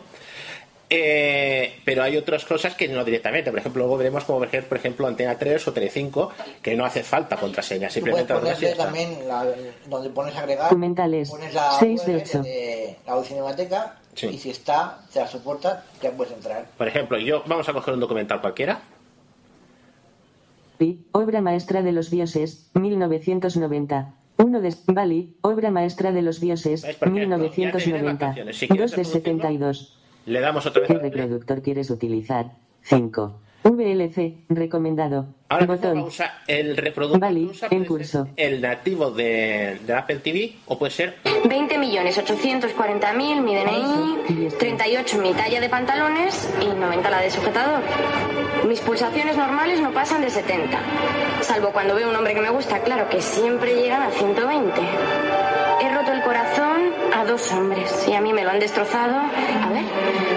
Pero hay otras cosas que no directamente. Por ejemplo, luego veremos cómo ver, por ejemplo, Antena 3 o Telecinco, que no hace falta contraseña, simplemente tú puedes ponerle también donde pones agregar, documentales. pones la 6 de URL 8. de la Audiocinemateca, sí. Y si está, se la soporta, ya puedes entrar. Por ejemplo, vamos a coger un documental cualquiera. Obra maestra de los dioses, 1990. 1 de Bali, obra maestra de los dioses, 1990. 2 de 72. Le damos otra vez. ¿Qué reproductor quieres utilizar? 5. VLC, recomendado. Ahora Botón. vamos a usar el reproductor. Bali, en curso. El nativo de Apple TV, o puede ser 20.840.000 mi DNI, 38 mi talla de pantalones y 90 la de sujetador. Mis pulsaciones normales no pasan de 70, salvo cuando veo un hombre que me gusta, claro que siempre llegan a 120. He roto el corazón a 2 hombres y a mí me lo han destrozado, a ver,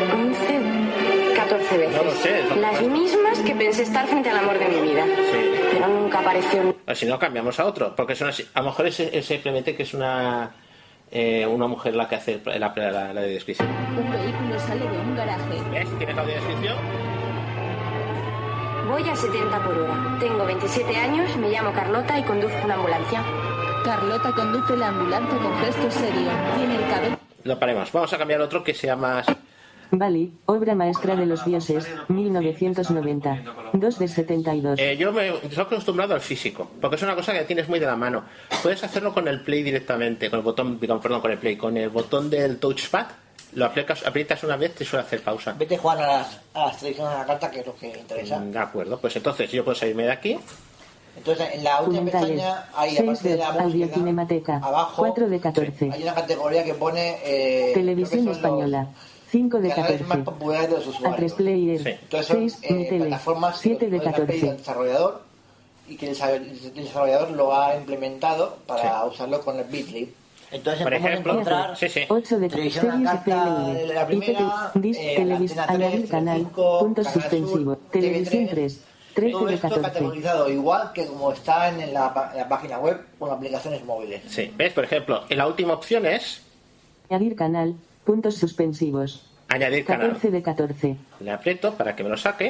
14 veces. No lo sé, las mismas que pensé estar frente al amor de mi vida. Sí. Pero nunca apareció. O si no, cambiamos a otro, porque son así. A lo mejor es simplemente que es una mujer la que hace la de descripción. Un vehículo sale de un garaje. ¿Ves? ¿Tienes la de descripción? Voy a 70 por hora. Tengo 27 años, me llamo Carlota y conduzco una ambulancia. Carlota conduce la ambulancia con gesto serio. Tiene el cabello. Lo paremos. Vamos a cambiar otro que sea más... Bali, obra maestra de los dioses, 1990. 2 de 72. Yo me estoy acostumbrado al físico, porque es una cosa que tienes muy de la mano. Puedes hacerlo con el play directamente, con el botón, con el play, con el botón del touchpad. Lo aprietas una vez, te suele hacer pausa. Vete, Juan, a las tradiciones de la carta, que es lo que interesa. De acuerdo, pues entonces yo puedo salirme de aquí. Entonces, en la última pestaña, hay la parte de la Audiocinemateca, abajo, 4 de 14. Hay una categoría que pone... Televisión española. 5 de 14. Más populares de los usuarios. A3 Player. Sí. Entonces son 6 plataformas 7 de 14. El desarrollador y que el desarrollador lo ha implementado para usarlo con el Bitlib. Entonces por podemos ejemplo, encontrar 8 de televisión a la series carta FLV. de la primera, Disc televis, Antena 3, añadir canal, 5, puntos Canal suspensivos, Sur, televisión TV3, 3, 13 todo de esto 14. categorizado igual que como está en la página web con aplicaciones móviles. Sí, ¿ves? Por ejemplo, en la última opción es Añadir canal, puntos suspensivos. añadir canal. 14 de 14. Le aprieto para que me lo saque.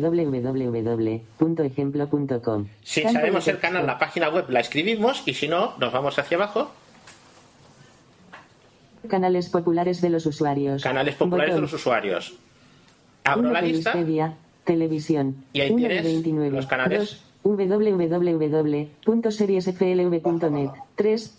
www.ejemplo.com. Si Campo sabemos de el canal, texto. la página web la escribimos y si no, nos vamos hacia abajo. Canales populares de los usuarios. Canales populares de los usuarios. Abro la lista Pelispedia, televisión. y ahí 1 de tienes 29. los canales. 2. www.seriesflv.net. 3.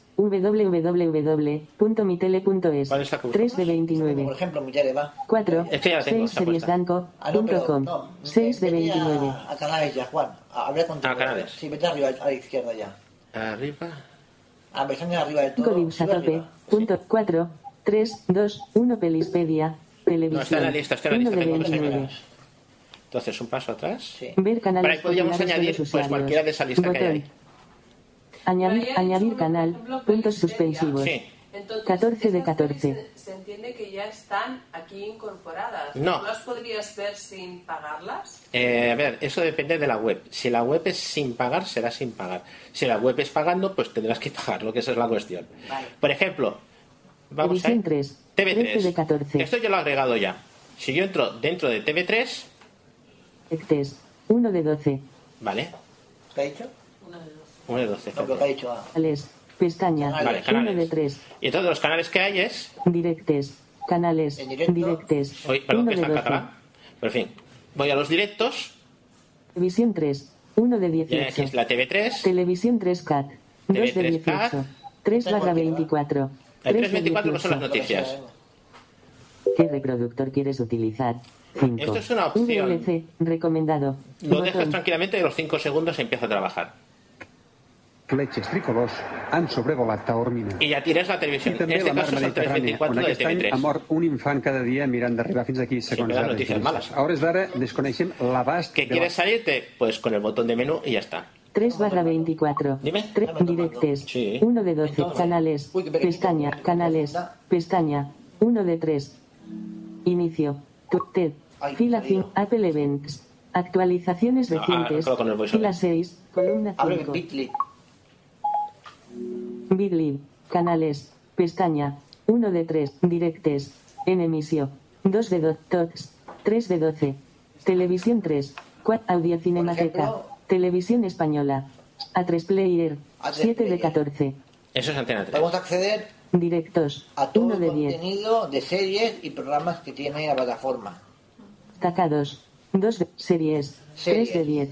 www.mitele.es. 3 de 29. Por ejemplo, mi tele va. 4. Es que ya la tengo, 6 está puesta. seriesdanco.com. 6 de 29. A canales ya, Juan. Habla contigo. A canales. Sí, vete arriba, a la izquierda ya. Arriba. A la versión de arriba de todo. 5 divs a sube tope. arriba. Punto 4. 3, 2, 1 Pelispedia. Televisión. No, está en la lista, está en la 1 lista. de Tengo que 29. sacarlas. Entonces, un paso atrás. Ver canales Por ahí podríamos populares de añadir los pues, usuarios. cualquiera de esa lista que hay ahí. Añadir canal, puntos suspensivos. Sí. Entonces, 14 de esas 14. se entiende que ya están aquí incorporadas. No. ¿Tú las podrías ver sin pagarlas? A ver, eso depende de la web. Si la web es sin pagar, será sin pagar. Si la web es pagando, pues tendrás que pagarlo, que esa es la cuestión. Vale. Por ejemplo, vamos a Televisión 3. 13 de TV3. 14. Esto yo lo he agregado ya. Si yo entro dentro de TV3, Ectes. 1 de 12. vale, ¿Qué ha dicho? 1 de 12. No, pero ¿qué ha dicho? Canales. Pestaña. Vale, 1 canales. de 3. Y entonces los canales que hay es... Directes. Canales. Directes. Uy, perdón, 1 que de está en 12. catalán. Pero en fin, voy a los directos. Televisión 3. 1 de Y aquí 18. es la TV3. Televisión 3 CAT. 2 de TV3 18. 3 barra 24. El 3 de 324 no son las 18. noticias. ¿Qué reproductor quieres utilizar? 5. Esto es una opción. VLC. Recomendado. Lo dejas Botón. tranquilamente y a los 5 segundos empieza a trabajar. Fletxes tricolors han sobrevolat Taormina. Y ya tienes la televisión. I En també este la mar caso es el Mediterrània, 324 on de aquest any ha TV3. mort un infant cada dia mirant d'arribar fins aquí, segons me dan dades noticias turístiques. malas. A hores d'ara desconeixem l'abast ¿Que de quieres salirte? Pues con el botón de menú y ya está. 3 barra 24. Dime. 3 directes. 1 de 12. Canales. Pestaña. Canales. Pestaña. 1 de 3. Inicio. TED. Fila 5. Apple Events. Actualizaciones No, recientes. todo con el voiceover. Fila 6. Columna Abre 5. Bitly. Bitlib. Canales. Pestaña. 1 de 3. Directes. En emisio. 2 de 2. TOTS. 3 de 12. Televisión 3. 4. Audio Cinemateca. Televisión Española. A3 Player. A3 7 de Player. 14. Eso es Antena 3. Podemos acceder Directos. a todo 1 el de 10. contenido de series y programas que tiene la plataforma. Destacados. 2 de series. 3 de 10.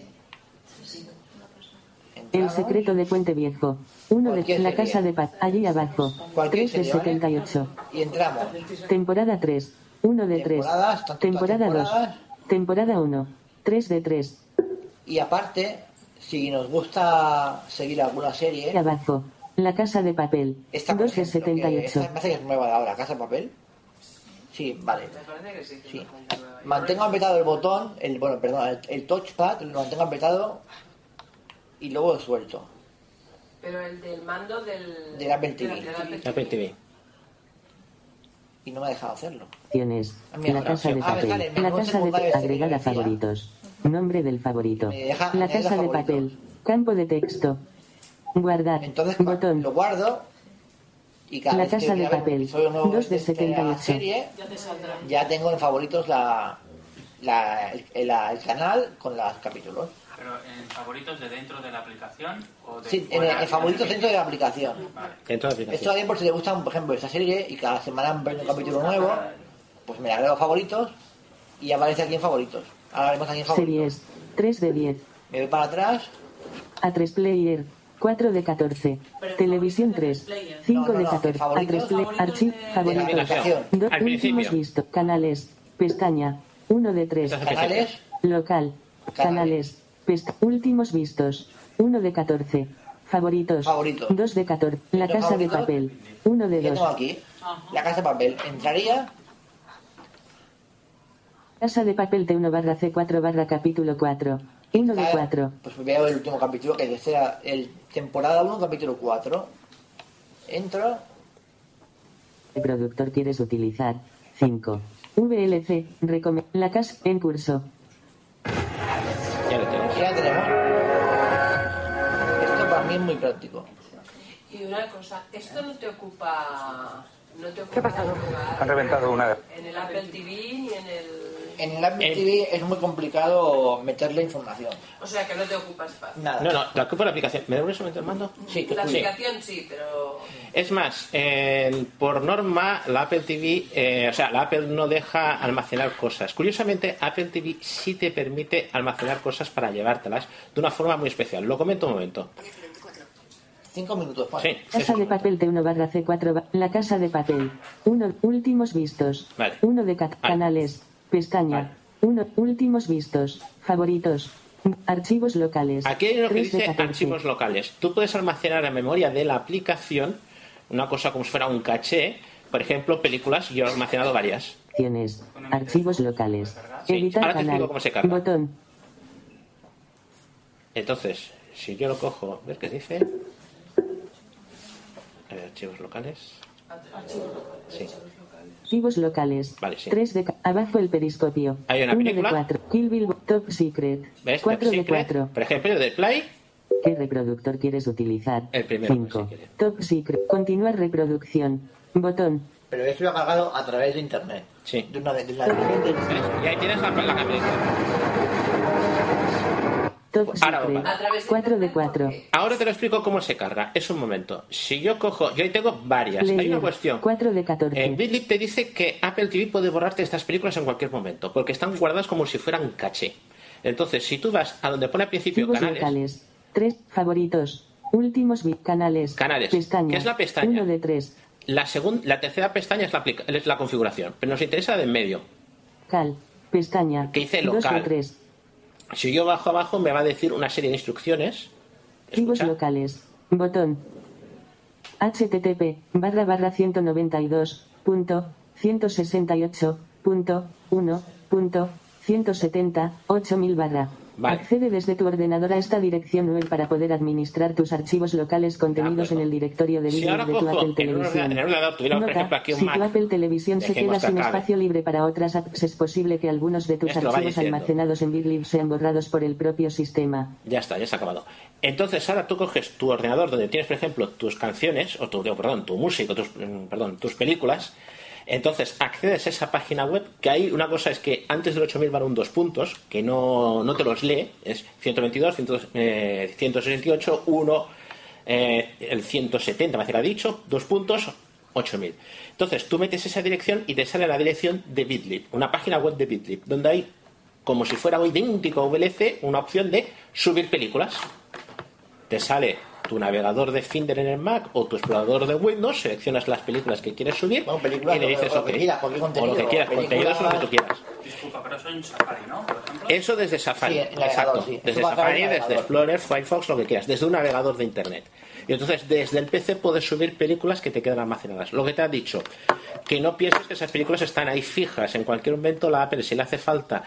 El secreto de Puente Viejo. 1 de Cualquier La serie. Casa de Paz. Allí abajo. Cualquier 3 de serie, ¿vale? 78. Y entramos. Temporada 3. 1 de 3. Temporadas, tanto Temporada 2. temporadas. Temporada 1. 3 de 3. Y aparte, si nos gusta seguir alguna serie, Y abajo. La Casa de Papel. esta, por 2 de ejemplo, que 78. esta me parece que es nueva de ahora, Casa de Papel. Sí, vale. Me parece que sí. Sí. Mantengo apretado el botón, el touchpad, lo mantengo apretado y luego lo suelto. Pero el del mando del Del Apple TV. del Apple Apple TV. Y no me ha dejado hacerlo. Opciones. Mira, La Casa de me Papel. sale, me La pone Casa de secundario Papel. Agregar a decía. favoritos. Nombre del favorito. Me deja- La me deja Casa de favoritos. Papel. Campo de texto. Guardar. Botón. Lo guardo y cada La vez que Casa de voy a ver un Papel. episodio nuevo 2 de de la 78. serie, Ya te saldrá. ya tengo en favoritos el canal con los capítulos. Pero en favoritos de dentro de la aplicación o de Sí, fuera en favoritos dentro de la aplicación. Dentro de la Esto aplicación. bien por si te gusta, por ejemplo, esta serie y cada semana me un capítulo nuevo, pues me la agrego a favoritos y aparece aquí en favoritos. Ahora haremos aquí en favoritos. Series. 3 de 10. Me voy para atrás. A3 Player. 4 de 14. Televisión 3. 5 de 14. A3 Player. Archivo. Favoritos. aplicación. Dos Al últimos principio. vistos. Canales. Pestaña. 1 de 3. Canales. Local. Canales. Últimos vistos. 1 de 14. Favoritos. 2 de 14. La Los Casa de favoritos. Papel. 1 de Ya tengo 2. aquí la Casa de Papel. Entraría. Casa de Papel T1 barra C4 barra capítulo 4. 1 de 4. Pues veo el último capítulo, que es el temporada 1, capítulo 4. Entro reproductor quieres utilizar? 5. VLC, la casa en curso. Ya lo tenemos. Ya tenemos. Esto para mí es muy práctico. Y una cosa, esto no te ocupa... ¿Qué ha pasado? Han reventado una. En el Apple TV ni en el... En el Apple TV es muy complicado meterle información. O sea que no te ocupa espacio. Nada. No, te ocupa la aplicación. ¿Me devuelves un momento el mando? Sí, La aplicación sí, pero... Es más, por norma, la Apple TV, la Apple no deja almacenar cosas. Curiosamente, Apple TV sí te permite almacenar cosas para llevártelas de una forma muy especial. Lo comento un momento. 5 minutos. Sí. Casa de papel T1/C4. La casa de papel. 1. Últimos vistos. Vale. 1 de canales. Pestaña. 1. Últimos vistos. Favoritos. Archivos locales. Aquí hay uno que 3 de dice 14. archivos locales. Tú puedes almacenar en memoria de la aplicación una cosa como si fuera un caché. Por ejemplo, películas. Yo he almacenado varias. Opciones. Archivos locales. Sí. Editar Ahora te explico canal. cómo se carga. Botón. Entonces, si yo lo cojo, ¿ves qué dice? Archivos locales. Sí. Archivos locales. Vale, sí. 3 de abajo el periscopio. Hay una 1 de película. 4. Kill Bill Top Secret. ¿Ves? 4 Top de Secret. 4. Por ejemplo, de Play. ¿Qué reproductor quieres utilizar? El primero. 5. Top Secret. Continuar reproducción. Botón. Pero esto lo ha cargado a través de internet. Sí. De una ¿Ves? Y ahí tienes la película. Top Ahora Secret. va. 4 de 4. Ahora te lo explico cómo se carga. Es un momento. Si yo cojo... Yo ahí tengo varias. Hay una Player. cuestión. 4 de 14. En BitLib te dice que Apple TV puede borrarte estas películas en cualquier momento, porque están guardadas como si fueran caché. Entonces, si tú vas a donde pone al principio Archivos canales... locales. 3. Favoritos. Últimos canales. Canales. Pestaña. ¿Qué es la pestaña? 1 de 3. La tercera pestaña es la configuración, pero nos interesa la de en medio. Cal. Pestaña. Que dice 2 de local. 3. Si yo bajo abajo me va a decir una serie de instrucciones. Archivos locales. Botón. http://192.168.1.170.8000 Vale. Accede desde tu ordenador a esta dirección web para poder administrar tus archivos locales contenidos en el directorio de Si vídeos ahora de tu cojo Apple en un Televisión. ordenador, tuviera por Nota, ejemplo aquí un si Mac. tu Apple Televisión se Dejemos queda sin que acabe. espacio libre para otras apps, es posible que algunos de tus Esto lo va archivos diciendo. almacenados en BitLib sean borrados por el propio sistema. Ya está, ya se ha acabado. Entonces ahora tú coges tu ordenador donde tienes, por ejemplo, tus canciones, o tu música, tus películas. Entonces accedes a esa página web, que hay una cosa es que antes del 8000 van 2 puntos, que no te los lee, es 122, 168, 1, el 170, me ha dicho, 2 puntos, 8000. Entonces tú metes esa dirección y te sale la dirección de BitLib, una página web de BitLib, donde hay, como si fuera idéntico a VLC, una opción de subir películas. Te sale tu navegador de Finder en el Mac o tu explorador de Windows, seleccionas las películas que quieres subir y le dices OK. O lo que quieras, contenido es lo que tú quieras. Disculpa, pero eso en Safari, ¿no? Por ejemplo. Eso desde Safari, Sí, el navegador, exacto. sí. Desde Eso va a Safari, caer en el desde navegador. Explorer, Firefox, lo que quieras, desde un navegador de Internet. Y entonces desde el PC puedes subir películas que te quedan almacenadas. Lo que te ha dicho, que no pienses que esas películas están ahí fijas. En cualquier momento la Apple, si le hace falta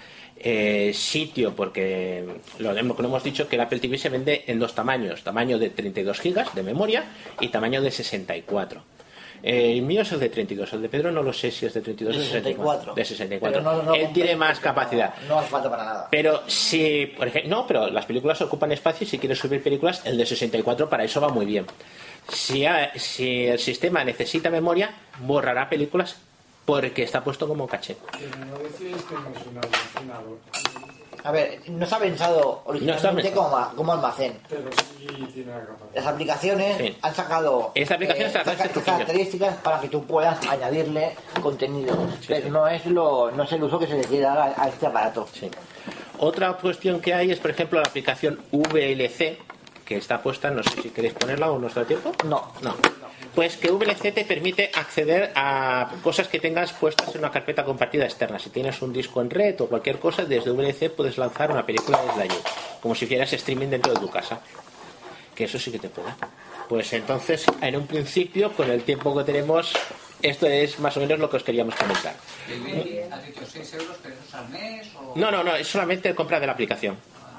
sitio, porque lo que hemos dicho, que el Apple TV se vende en 2 tamaños: tamaño de 32 gigas de memoria y tamaño de 64. El mío es el de 32, el de Pedro no lo sé si es de 32 o de 64. De 64. Pero no Él tiene más capacidad. No hace falta para nada. Pero si, por ejemplo, no, pero las películas ocupan espacio y si quieres subir películas, el de 64 para eso va muy bien. Si el sistema necesita memoria, borrará películas porque está puesto como caché. Pero no decíais que no es un almacenador. A ver, no se ha pensado originalmente como almacén. Pero sí tiene la capacidad. Las aplicaciones han sacado Esta aplicación está estas características para que tú puedas añadirle contenido. Pero no es el uso que se le quiere dar a este aparato. Sí. Otra cuestión que hay es, por ejemplo, la aplicación VLC, que está puesta, no sé si queréis ponerla o no está a tiempo. No. Pues que VLC te permite acceder a cosas que tengas puestas en una carpeta compartida externa. Si tienes un disco en red o cualquier cosa, desde VLC puedes lanzar una película desde allí, como si hicieras streaming dentro de tu casa. Que eso sí que te puede. Pues entonces, en un principio, con el tiempo que tenemos, esto es más o menos lo que os queríamos comentar. ¿Has dicho 6 euros, pero eso es al mes? O... No, es solamente compra de la aplicación.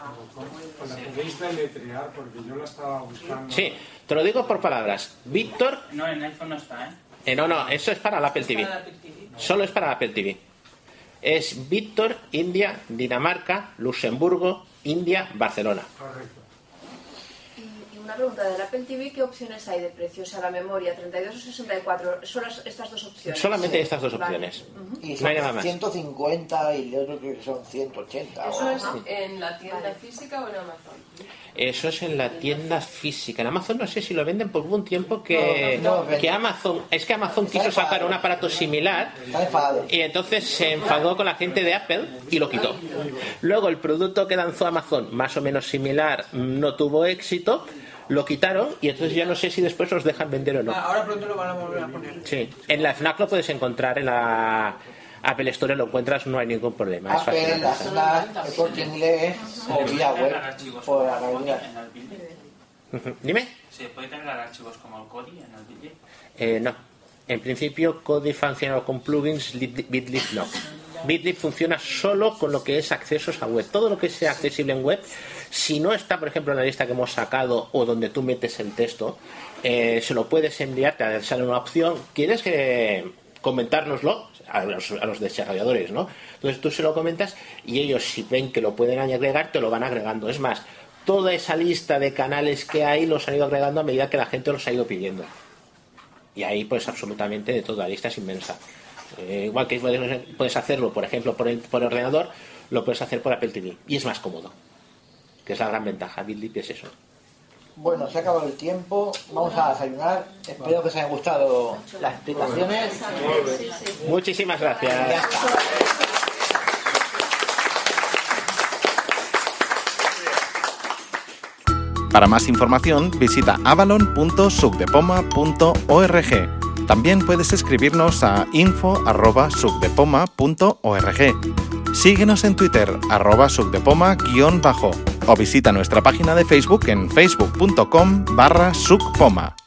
¿La podéis deletrear? Porque yo la estaba buscando. Sí, te lo digo por palabras. Víctor. No, en iPhone no está, ¿eh? No, eso es para el Apple TV. Solo es para el Apple TV. Es Víctor, India, Dinamarca, Luxemburgo, India, Barcelona. Correcto. Y una pregunta, del Apple TV, ¿qué opciones hay de precio? O sea, la memoria, 32 o 64, ¿son estas dos opciones? Solamente estas dos opciones. Y No hay nada más. 150 y el otro creo que son 180. ¿Eso o es algo así. en la tienda física o en Amazon? Eso es en la tienda física. En Amazon no sé si lo venden, porque hubo un tiempo que Amazon quiso sacar un aparato similar y entonces se enfadó con la gente de Apple y lo quitó. Luego el producto que lanzó Amazon, más o menos similar, no tuvo éxito, lo quitaron y entonces ya no sé si después los dejan vender o no. Ahora pronto lo van a volver a poner. Sí, en la FNAC lo puedes encontrar, en la Apple Store lo encuentras, no hay ningún problema. Es Apple, fácil. la FNAC, el Corte Inglés o vía web por la realidad. Dime. ¿Se puede cargar archivos como el Kodi en el Bitly? No. En principio, Kodi funciona con plugins, Bitlib no. Bitlib funciona solo con lo que es accesos a web. Todo lo que sea accesible en web, si no está, por ejemplo, en la lista que hemos sacado o donde tú metes el texto, se lo puedes enviar, te sale una opción. ¿Quieres comentárnoslo? A los desarrolladores, ¿no? Entonces tú se lo comentas y ellos, si ven que lo pueden agregar, te lo van agregando. Es más, toda esa lista de canales que hay los han ido agregando a medida que la gente los ha ido pidiendo. Y ahí pues absolutamente de toda la lista es inmensa. Igual que puedes hacerlo, por ejemplo, por ordenador, lo puedes hacer por Apple TV. Y es más cómodo, que es la gran ventaja. Bitlib es eso. Bueno, se ha acabado el tiempo, vamos a desayunar. Espero que os hayan gustado las explicaciones. Muchísimas gracias. Para más información visita avalon.sucdepoma.org. También puedes escribirnos a info@sucdepoma.org. Síguenos en Twitter @sucdepoma_ o visita nuestra página de Facebook en facebook.com/sucpoma.